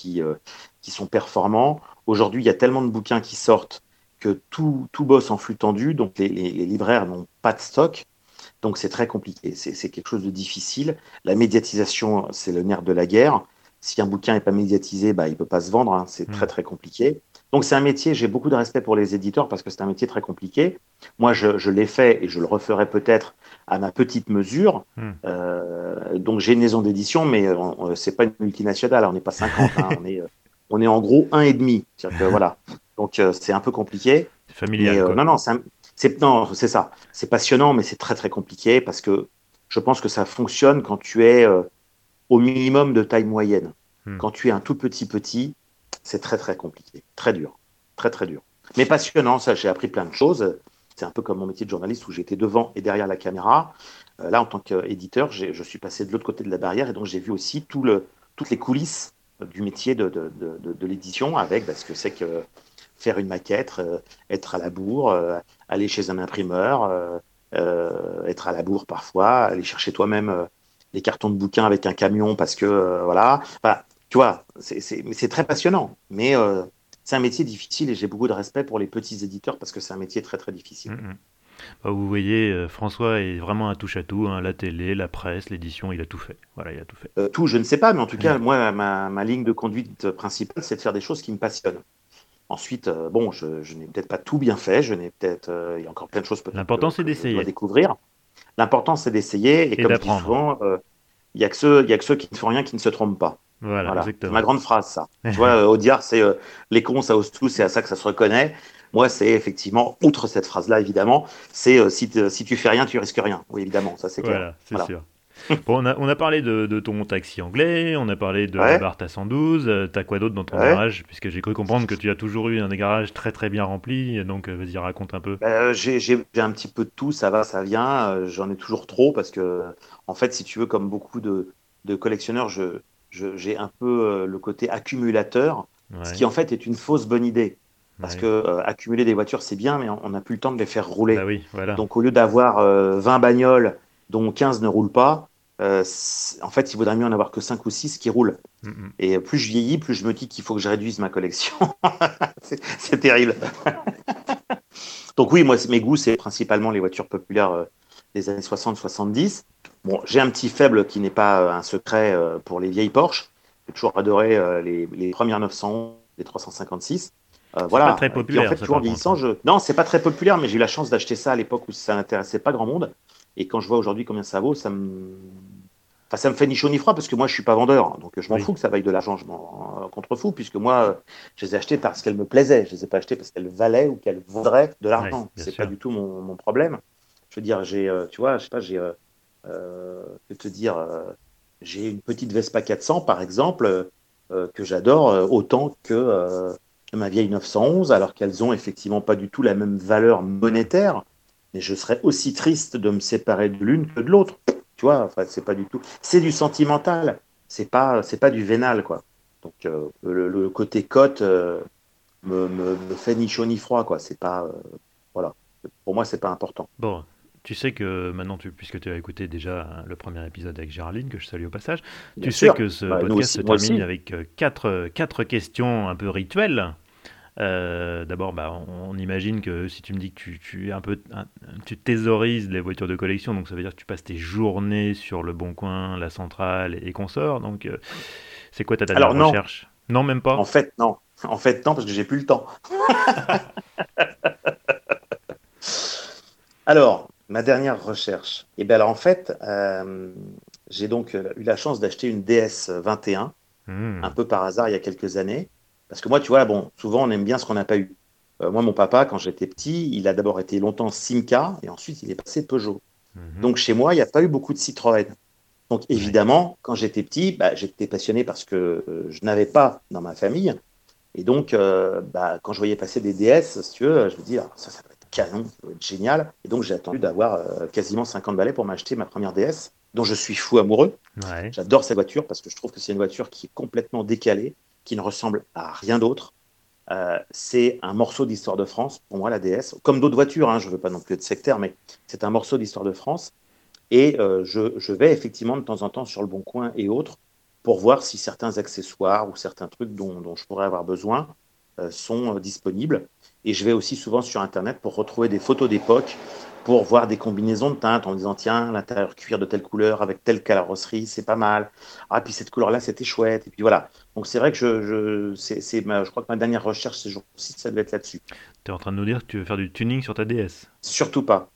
qui sont performants. Aujourd'hui, il y a tellement de bouquins qui sortent que tout bosse en flux tendu, donc les libraires n'ont pas de stock, donc c'est très compliqué. C'est quelque chose de difficile. La médiatisation, c'est le nerf de la guerre. Si un bouquin n'est pas médiatisé, bah, il ne peut pas se vendre, hein. C'est Hmm. très très compliqué. Donc c'est un métier, j'ai beaucoup de respect pour les éditeurs parce que c'est un métier très compliqué. Moi, je l'ai fait et je le referai peut-être à ma petite mesure. Hmm. Donc j'ai une maison d'édition, mais c'est pas une multinationale, on n'est pas 50, hein. On est en gros un et demi. C'est-à-dire que voilà. Donc c'est un peu compliqué. C'est Mais familial, quoi. non, non, non, c'est ça. C'est passionnant, mais c'est très très compliqué parce que je pense que ça fonctionne quand tu es au minimum de taille moyenne. Hmm. Quand tu es un tout petit, c'est très très compliqué, très dur, très très dur. Mais passionnant, ça, j'ai appris plein de choses. C'est un peu comme mon métier de journaliste où j'étais devant et derrière la caméra. Là, en tant qu'éditeur, je suis passé de l'autre côté de la barrière et donc j'ai vu aussi toutes les coulisses du métier de l'édition avec ce que c'est que faire une maquette, être à la bourre, aller chez un imprimeur, être à la bourre parfois, aller chercher toi-même les cartons de bouquins avec un camion parce que voilà. Enfin, tu vois, c'est très passionnant, mais c'est un métier difficile et j'ai beaucoup de respect pour les petits éditeurs parce que c'est un métier très très difficile. Hmm, hmm. Bah, vous voyez, François est vraiment un touche-à-tout, hein. La télé, la presse, l'édition, il a tout fait. Voilà, il a tout fait. Tout, je ne sais pas, mais en tout cas, moi, ma ligne de conduite principale, c'est de faire des choses qui me passionnent. Ensuite, bon, je n'ai peut-être pas tout bien fait, il y a encore plein de choses peut-être L'important, c'est que je dois d'essayer découvrir. L'important, c'est d'essayer, et et comme je dis d'apprendre. souvent, il y a que ceux qui ne font rien qui ne se trompent pas. Voilà, Voilà, c'est ma exactement. grande phrase, ça. Tu vois, Audiard, c'est les cons, ça ose tout, c'est à ça que ça se reconnaît. Moi, c'est effectivement, outre cette phrase-là, évidemment, c'est si tu fais rien, tu risques rien. Oui, évidemment, ça c'est clair. Voilà, c'est Voilà. sûr. Bon, on a parlé de ton taxi anglais, on a parlé de Ouais, Abarth à 112. T'as quoi d'autre dans ton ouais. garage? Puisque j'ai cru comprendre que tu as toujours eu un garage très très bien rempli, donc vas-y, raconte un peu. J'ai un petit peu de tout, ça va, ça vient. J'en ai toujours trop parce que, en fait, si tu veux, comme beaucoup de collectionneurs, j'ai un peu le côté accumulateur, ce qui Ouais, en fait est une fausse bonne idée. Parce que ouais. accumuler des voitures, c'est bien, mais on n'a plus le temps de les faire Bah rouler. oui, voilà. Donc, au lieu d'avoir 20 bagnoles, dont 15 ne roulent pas, en fait, il vaudrait mieux en avoir que 5 ou 6 qui roulent. Mm, mm. Et plus je vieillis, plus je me dis qu'il faut que je réduise ma collection. C'est terrible. Donc oui, moi, mes goûts, c'est principalement les voitures populaires des années 60-70. Bon, j'ai un petit faible qui n'est pas un secret pour les vieilles Porsche. J'ai toujours adoré les premières 911, les 356. C'est pas Voilà. très Et puis en populaire, fait, ça toujours en par contre, vieillissant, hein. non, c'est pas très populaire, mais j'ai eu la chance d'acheter ça à l'époque où ça n'intéressait pas grand monde. Et quand je vois aujourd'hui combien ça vaut, enfin, ça me fait ni chaud ni froid parce que moi, je suis pas vendeur. Donc, je m'en Oui, fous que ça vaille de l'argent. Je m'en contrefous puisque moi, je les ai achetées parce qu'elles me plaisaient. Je les ai pas achetées parce qu'elles valaient ou qu'elles vaudraient de ouais, l'argent. bien C'est pas sûr. du tout mon problème. Je veux dire, tu vois, je sais pas, je vais te dire, j'ai une petite Vespa 400 par exemple que j'adore autant que ma vieille 911, alors qu'elles ont effectivement pas du tout la même valeur monétaire. Mais je serais aussi triste de me séparer de l'une que de l'autre. Tu vois, enfin, c'est pas du tout. C'est du sentimental. C'est pas du vénal, quoi. Donc, le côté cote me fait ni chaud ni froid, quoi. C'est pas, voilà. Pour moi, c'est pas important. Bon, tu sais que maintenant, puisque tu as écouté déjà le premier épisode avec Géraldine, que je salue au passage, Bien tu sais sûr. que ce Bah, nous podcast se aussi, moi termine aussi. avec quatre questions un peu rituelles. D'abord, bah, on imagine que si tu me dis que tu es tu thésauриses les voitures de collection, donc ça veut dire que tu passes tes journées sur le Bon Coin, la Centrale et consorts. Donc, c'est quoi ta dernière Alors non, recherche? Non, même en pas. fait, non. En fait, non, parce que j'ai plus le temps. Alors, ma dernière recherche. Eh bien, alors, en fait, j'ai donc eu la chance d'acheter une DS 21, un Hmm. peu par hasard, il y a quelques années. Parce que moi, tu vois, bon, souvent, on aime bien ce qu'on n'a pas eu. Moi, mon papa, quand j'étais petit, il a d'abord été longtemps Simca et ensuite, il est passé Peugeot. Mhm. Donc, chez moi, il n'y a pas eu beaucoup de Citroën. Donc, Ouais. évidemment, quand j'étais petit, bah, j'étais passionné parce que je n'avais pas dans ma famille. Et donc, bah, quand je voyais passer des DS, si tu veux, je me dis, ah, ça va être canon, ça va être génial. Et donc, j'ai attendu d'avoir quasiment 50 balais pour m'acheter ma première DS, dont je suis fou amoureux. Ouais. J'adore cette voiture parce que je trouve que c'est une voiture qui est complètement décalée, qui ne ressemble à rien d'autre. C'est un morceau d'histoire de France, pour moi, la DS. Comme d'autres voitures, hein, je ne veux pas non plus être sectaire, mais c'est un morceau d'histoire de France. Et je vais effectivement de temps en temps sur le Bon Coin et autres pour voir si certains accessoires ou certains trucs dont je pourrais avoir besoin sont disponibles. Et je vais aussi souvent sur Internet pour retrouver des photos d'époque, pour voir des combinaisons de teintes en me disant, tiens, l'intérieur cuir de telle couleur avec telle carrosserie, c'est pas mal. Ah, puis cette couleur-là, c'était chouette. Et puis voilà. Donc c'est vrai que je crois que ma dernière recherche ces jours-ci, ça devait être là-dessus. T'es en train de nous dire que tu veux faire du tuning sur ta DS. Surtout pas.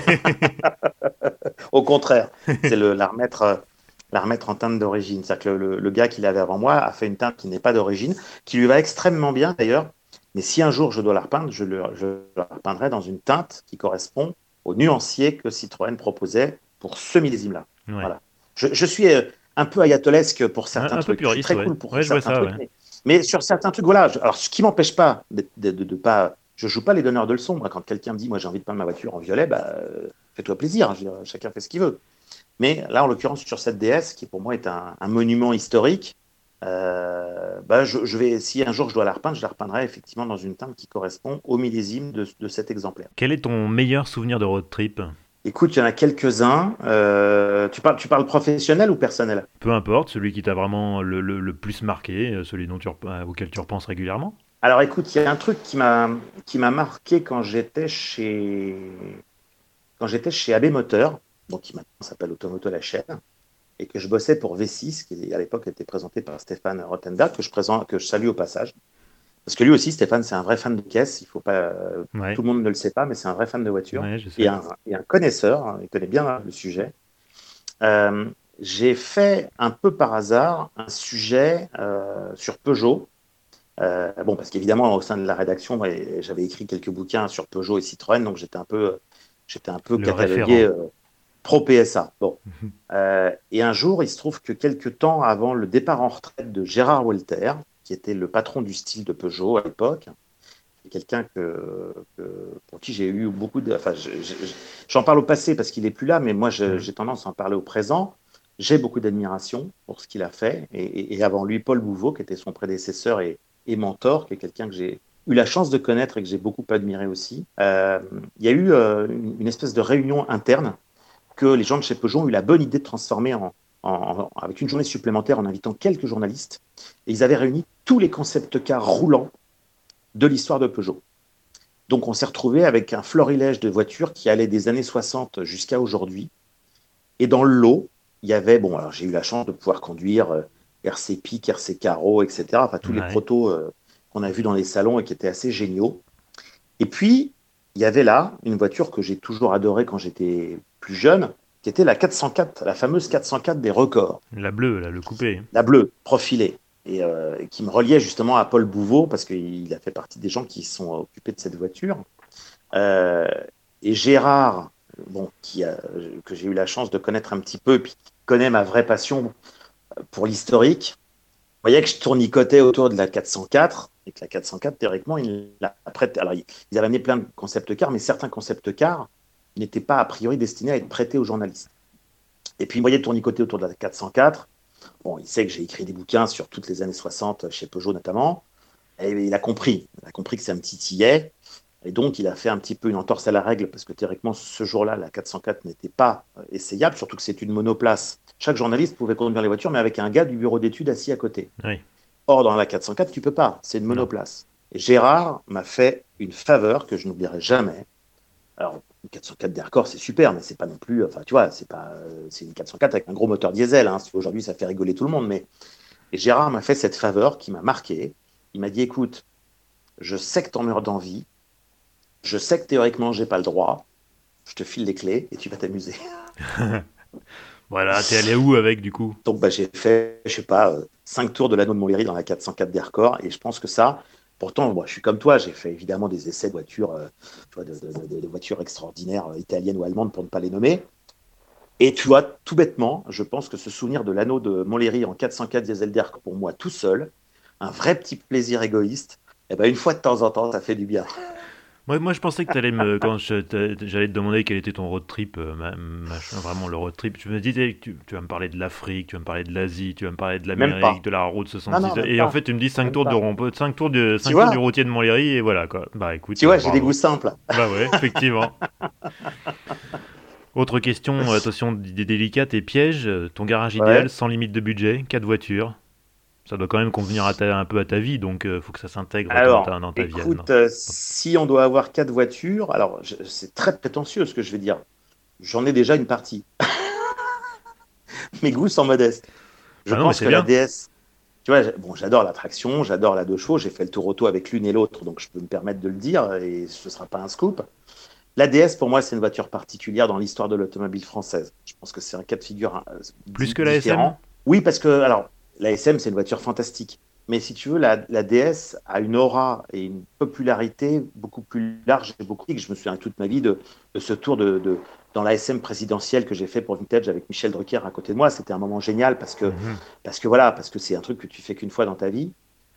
Au contraire, c'est la remettre en teinte d'origine. C'est-à-dire que le gars qui l'avait avant moi a fait une teinte qui n'est pas d'origine, qui lui va extrêmement bien d'ailleurs. Mais si un jour je dois la repeindre, je la repeindrai dans une teinte qui correspond au nuancier que Citroën proposait pour ce millésime-là. Ouais. Voilà. Je suis un peu ayatolesque pour certains Un peu trucs. Je suis puriste, très ouais. cool pour Ouais, je vois certains ça, trucs, ouais. mais sur certains trucs, voilà. Alors, ce qui m'empêche pas de pas. Je joue pas les donneurs de leçons. Moi, quand quelqu'un me dit, moi, j'ai envie de peindre ma voiture en violet, bah, fais-toi plaisir. Je veux dire, chacun fait ce qu'il veut. Mais là, en l'occurrence, sur cette DS, qui pour moi est un monument historique, bah, je vais, si un jour je dois la repeindre, je la repeindrai effectivement dans une teinte qui correspond au millésime de cet exemplaire. Quel est ton meilleur souvenir de road trip? Écoute, il y en a quelques-uns. Tu parles professionnel ou personnel? Peu importe, celui qui t'a vraiment le plus marqué, celui auquel tu repenses régulièrement. Alors écoute, il y a un truc qui m'a marqué quand j'étais chez AB Moteur, donc qui maintenant s'appelle Automoto La Chaîne, et que je bossais pour V6, qui à l'époque était présenté par Stéphane Rothenberg, que je salue au passage. Parce que lui aussi, Stéphane, c'est un vrai fan de caisse. Il faut pas, Ouais, tout le monde ne le sait pas, mais c'est un vrai fan de voiture ouais, je et sais. un connaisseur. Hein, il connaît bien le sujet. Euh, j'ai fait un peu par hasard un sujet sur Peugeot. Bon, parce qu'évidemment, au sein de la rédaction, ouais, j'avais écrit quelques bouquins sur Peugeot et Citroën, donc j'étais un peu Le catalogué référent. pro PSA. Bon. Et un jour, il se trouve que quelques temps avant le départ en retraite de Gérard Walter, qui était le patron du style de Peugeot à l'époque, quelqu'un pour qui j'ai eu beaucoup de. Enfin, j'en parle au passé parce qu'il n'est plus là, mais moi, Hmm. j'ai tendance à en parler au présent. J'ai beaucoup d'admiration pour ce qu'il a fait. Et avant lui, Paul Bouveau, qui était son prédécesseur et mentor, qui est quelqu'un que j'ai eu la chance de connaître et que j'ai beaucoup admiré aussi. Il y a eu une espèce de réunion interne que les gens de chez Peugeot ont eu la bonne idée de transformer avec une journée supplémentaire en invitant quelques journalistes. Et ils avaient réuni tous les concept cars roulants de l'histoire de Peugeot. Donc on s'est retrouvé avec un florilège de voitures qui allait des années 60 jusqu'à aujourd'hui. Et dans le lot, il y avait, bon, alors j'ai eu la chance de pouvoir conduire RC Pic, RC Caro, etc. Enfin, tous les Ouais. protos qu'on a vus dans les salons et qui étaient assez géniaux. Et puis, il y avait là une voiture que j'ai toujours adorée quand j'étais plus jeune, qui était la 404, la fameuse 404 des records, La bleue, là, le coupé. la bleue, profilée, et qui me reliait justement à Paul Bouveau, parce qu'il a fait partie des gens qui sont occupés de cette voiture. Euh, et Gérard, bon, que j'ai eu la chance de connaître un petit peu, puis qui connaît ma vraie passion pour l'historique, voyait que je tournicotais autour de la 404, et que la 404, théoriquement, alors, ils avaient amené plein de concept cars, mais certains concept cars n'étaient pas a priori destinés à être prêtés aux journalistes. Et puis, il me voyait tournicoter autour de la 404. Bon, il sait que j'ai écrit des bouquins sur toutes les années 60, chez Peugeot notamment, et il a compris que ça me titillait, et donc il a fait un petit peu une entorse à la règle, parce que théoriquement, ce jour-là, la 404 n'était pas essayable, surtout que c'est une monoplace. Chaque journaliste pouvait conduire les voitures, mais avec un gars du bureau d'études assis à côté. Oui. Or, dans la 404, tu peux pas, c'est une Non. monoplace. Et Gérard m'a fait une faveur que je n'oublierai jamais. Alors, une 404 des records, c'est super, mais c'est pas non plus, enfin, tu vois, c'est une 404 avec un gros moteur diesel. Hein. Aujourd'hui, ça fait rigoler tout le monde, mais et Gérard m'a fait cette faveur qui m'a marqué. Il m'a dit, écoute, je sais que t'en meurs d'envie, je sais que théoriquement, j'ai pas le droit, je te file les clés et tu vas t'amuser. Voilà, t'es allé où avec du coup? Donc, bah, j'ai fait, je sais pas, 5 tours de l'anneau de Montlhéry dans la 404 des records. Et je pense que ça, pourtant, moi, je suis comme toi, j'ai fait évidemment des essais de voitures, tu vois, de voitures extraordinaires, italiennes ou allemandes, pour ne pas les nommer. Et tu vois, tout bêtement, je pense que ce souvenir de l'anneau de Montlhéry en 404 diesel d'air pour moi tout seul, un vrai petit plaisir égoïste, et ben, une fois de temps en temps, ça fait du bien. Moi, je pensais que t'allais me, quand j'allais te demander quel était ton road trip, machin, vraiment le road trip. Je me disais que tu vas me parler de l'Afrique, tu vas me parler de l'Asie, tu vas me parler de Même l'Amérique, pas. de la route Non, 66. non, même Et en pas. fait, tu me dis 5 Même tours de pas. rond, 5 Tu tours du vois, routier de Montlhéry, et voilà quoi. Bah écoute, j'ai des goûts bravo. simples. Bah ouais, effectivement. Autre question, attention, délicate et piège. Ton garage idéal, Ouais. sans limite de budget, 4 voitures. Ça doit quand même convenir un peu à ta vie, donc faut que ça s'intègre Alors, dans ta vie. écoute, si on doit avoir 4 voitures, alors c'est très prétentieux ce que je vais dire. J'en ai déjà une partie. Mes goûts sont modestes. Je Ah non, mais pense c'est que la bien. DS, tu vois, bon, j'adore la traction, j'adore la 2 chevaux, j'ai fait le tour auto avec l'une et l'autre, donc je peux me permettre de le dire et ce ne sera pas un scoop. La DS, pour moi, c'est une voiture particulière dans l'histoire de l'automobile française. Je pense que c'est un cas de figure Plus que la SM? différent. Oui, parce que, alors, la SM, c'est une voiture fantastique. Mais si tu veux, la DS a une aura et une popularité beaucoup plus large et beaucoup. Je me souviens toute ma vie de ce tour dans la SM présidentielle que j'ai fait pour Vintage avec Michel Drucker à côté de moi. C'était un moment génial Mhm. parce que c'est un truc que tu fais qu'une fois dans ta vie.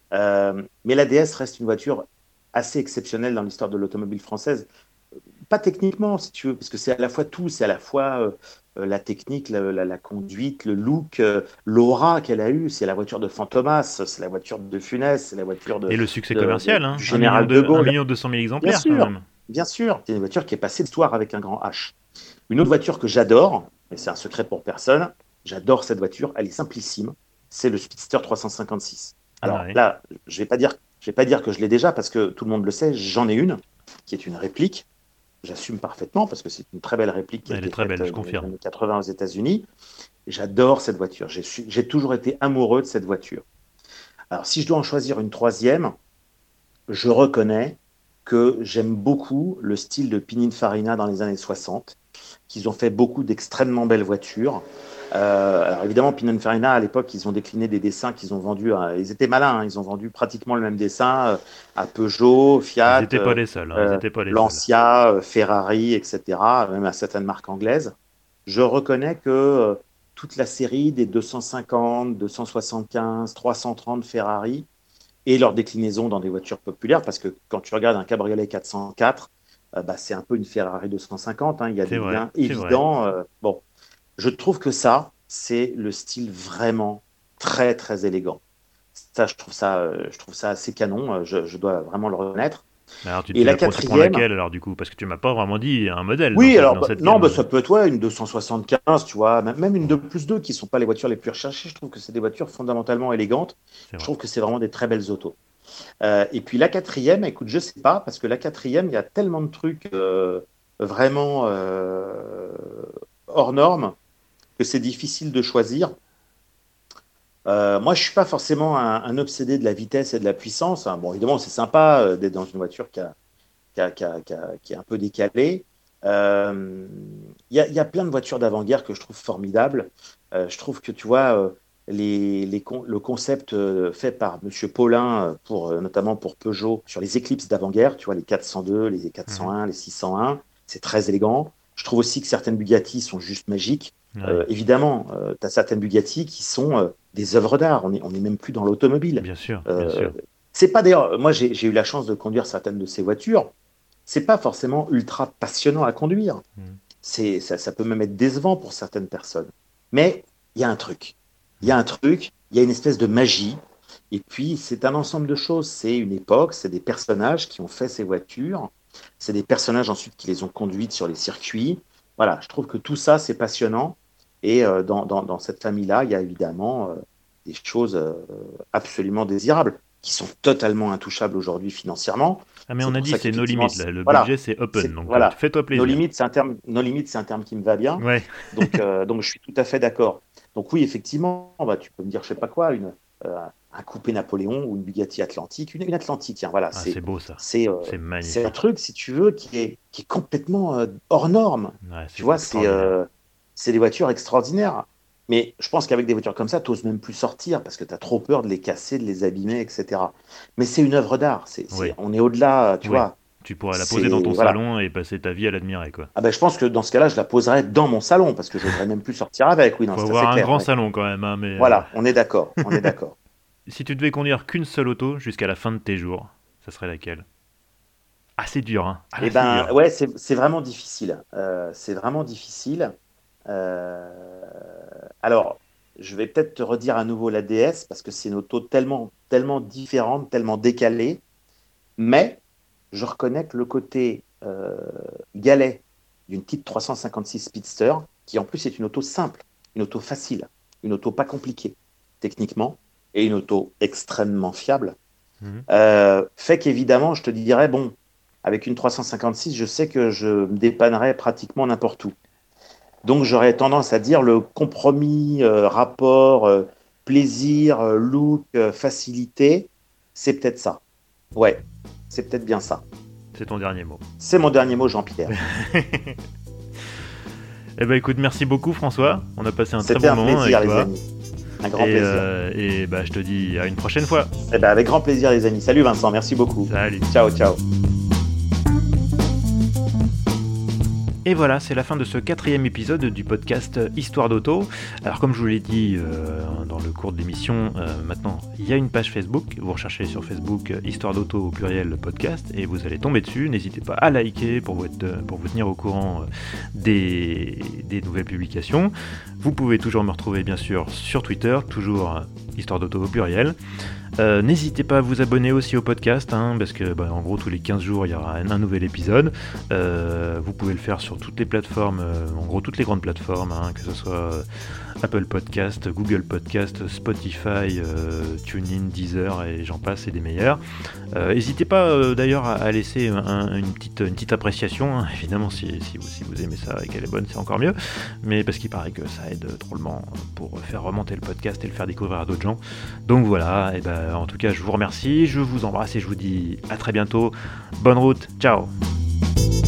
Mais la DS reste une voiture assez exceptionnelle dans l'histoire de l'automobile française. Pas techniquement, si tu veux, parce que c'est à la fois tout, c'est à la fois la technique, la conduite, le look, l'aura qu'elle a eue. C'est la voiture de Fantomas, c'est la voiture de Funès, c'est la voiture Et le succès commercial, du hein, général de 1 Gaulle. million 200 000 Bien exemplaires quand sûr, même. bien sûr. C'est une voiture qui est passée d'histoire avec un grand H. Une autre voiture que j'adore, mais c'est un secret pour personne, j'adore cette voiture, elle est simplissime, c'est le Speedster 356. Ah Alors ouais. là, je vais pas dire que je l'ai déjà parce que tout le monde le sait, j'en ai une qui est une réplique. J'assume parfaitement parce que c'est une très belle réplique qui a Elle est été très faite belle, je dans les confirme. années 80 aux États-Unis. J'adore cette voiture. J'ai toujours été amoureux de cette voiture. Alors, si je dois en choisir une troisième, je reconnais que j'aime beaucoup le style de Pininfarina dans les années 60, qu'ils ont fait beaucoup d'extrêmement belles voitures. Alors évidemment, Pininfarina, à l'époque, ils ont décliné des dessins qu'ils ont vendus. Ils étaient malins, hein, ils ont vendu pratiquement le même dessin à Peugeot, Ils Fiat, étaient pas les seuls, hein, ils étaient pas les seuls. Lancia, Ferrari, etc., même à certaines marques anglaises. Je reconnais que toute la série des 250, 275, 330 Ferrari et leur déclinaison dans des voitures populaires, parce que quand tu regardes un cabriolet 404, bah, c'est un peu une Ferrari 250, hein, il y a C'est des vrai, liens c'est vrai. évidents. Bon, je trouve que ça, c'est le style vraiment très, très élégant. Ça, je trouve ça assez canon, je dois vraiment le reconnaître. Mais alors Et la tu prends quatrième, laquelle alors du coup? Parce que tu m'as pas vraiment dit un modèle oui, alors, dans cette non, bah, gamme. ça peut être ouais, une 275, tu vois, même une 2 plus 2 qui ne sont pas les voitures les plus recherchées. Je trouve que c'est des voitures fondamentalement élégantes. C'est Je vrai. trouve que c'est vraiment des très belles autos. Et puis la quatrième, écoute, je sais pas, parce que la quatrième, il y a tellement de trucs vraiment hors normes que c'est difficile de choisir. Moi, je suis pas forcément un obsédé de la vitesse et de la puissance, hein. Bon, évidemment, c'est sympa d'être dans une voiture qui est un peu décalée. Euh, Il y a plein de voitures d'avant-guerre que je trouve formidables. Je trouve que, tu vois, le concept fait par Monsieur Paulin, notamment pour Peugeot, sur les Eclipse d'avant-guerre, tu vois, les 402, les Mhm. 401, les 601, c'est très élégant. Je trouve aussi que certaines Bugatti sont juste magiques. Oui, Évidemment, tu as certaines Bugatti qui sont des œuvres d'art. On est même plus dans l'automobile. bien sûr, bien Euh, sûr. c'est pas d'ailleurs, moi j'ai eu la chance de conduire certaines de ces voitures. C'est pas forcément ultra passionnant à conduire. Mhm. Ça peut même être décevant pour certaines personnes. Mais il y a un truc. Il y a un truc, il y a une espèce de magie. Et puis, c'est un ensemble de choses. C'est une époque, c'est des personnages qui ont fait ces voitures. C'est des personnages ensuite qui les ont conduites sur les circuits. Voilà, je trouve que tout ça, c'est passionnant. Et dans cette famille-là, il y a évidemment des choses absolument désirables qui sont totalement intouchables aujourd'hui financièrement. Ah mais C'est on a pour dit ça c'est nos qu'effectivement, limites là. Le budget voilà, c'est open, donc voilà, fais-toi plaisir. nos limites, c'est un terme qui me va bien. Ouais. Donc je suis tout à fait d'accord. Donc oui, effectivement, bah, tu peux me dire, je sais pas quoi, un coupé Napoléon ou une Bugatti Atlantique, une Atlantique, tiens, voilà, c'est beau ça. c'est C'est magnifique. c'est un truc, si tu veux, qui est complètement hors norme. Ouais, Tu vois, extraordinaire. c'est des voitures extraordinaires. Mais je pense qu'avec des voitures comme ça, tu n'oses même plus sortir parce que tu as trop peur de les casser, de les abîmer, etc. Mais c'est une œuvre d'art. Oui. On est au-delà, tu Oui. vois. Tu pourrais la poser dans ton Voilà. salon et passer ta vie à l'admirer, quoi. Ah ben, je pense que dans ce cas-là, je la poserais dans mon salon parce que je n'oserais même plus sortir avec. Oui, non, Faut c'est avoir un clair. grand Ouais. salon quand même, hein, mais Voilà, on est d'accord. On est d'accord. si tu devais conduire qu'une seule auto jusqu'à la fin de tes jours, ça serait laquelle? Ah, c'est dur, hein. Ah là, Eh c'est ben, dur. ouais, c'est vraiment difficile. C'est vraiment difficile. Euh, alors, je vais peut-être te redire à nouveau la DS parce que c'est une auto tellement, tellement différente, tellement décalée. Mais je reconnais que le côté galet d'une petite 356 Speedster, qui en plus est une auto simple, une auto facile, une auto pas compliquée techniquement, et une auto extrêmement fiable, Mhm. fait qu'évidemment, je te dirais, bon, avec une 356, je sais que je me dépannerais pratiquement n'importe où. Donc j'aurais tendance à dire le compromis, rapport, plaisir, look, facilité, c'est peut-être ça. Ouais, c'est peut-être bien ça. C'est ton dernier mot. C'est mon dernier mot, Jean-Pierre. Eh ben écoute, merci beaucoup François. On a passé un très C'était bon un moment plaisir, avec les toi. amis. Un grand plaisir. Et bah, je te dis à une prochaine fois. Eh ben, avec grand plaisir, les amis. Salut Vincent, merci beaucoup. Salut. Ciao, ciao. Et voilà, c'est la fin de ce 4e épisode du podcast Histoire d'auto. Alors comme je vous l'ai dit dans le cours de l'émission, maintenant il y a une page Facebook. Vous recherchez sur Facebook Histoire d'auto au pluriel podcast et vous allez tomber dessus. N'hésitez pas à liker pour vous tenir au courant des nouvelles publications. Vous pouvez toujours me retrouver bien sûr sur Twitter, toujours Histoire d'auto au pluriel. N'hésitez pas à vous abonner aussi au podcast, parce que en gros tous les 15 jours il y aura un nouvel épisode. Vous pouvez le faire sur toutes les plateformes, en gros toutes les grandes plateformes, que ce soit Apple Podcast, Google Podcast, Spotify, TuneIn, Deezer et j'en passe, et des meilleurs. N'hésitez pas d'ailleurs à laisser une petite appréciation, évidemment si vous aimez ça et qu'elle est bonne c'est encore mieux, mais parce qu'il paraît que ça aide drôlement pour faire remonter le podcast et le faire découvrir à d'autres gens. Donc voilà, et en tout cas je vous remercie, je vous embrasse et je vous dis à très bientôt. Bonne route, ciao.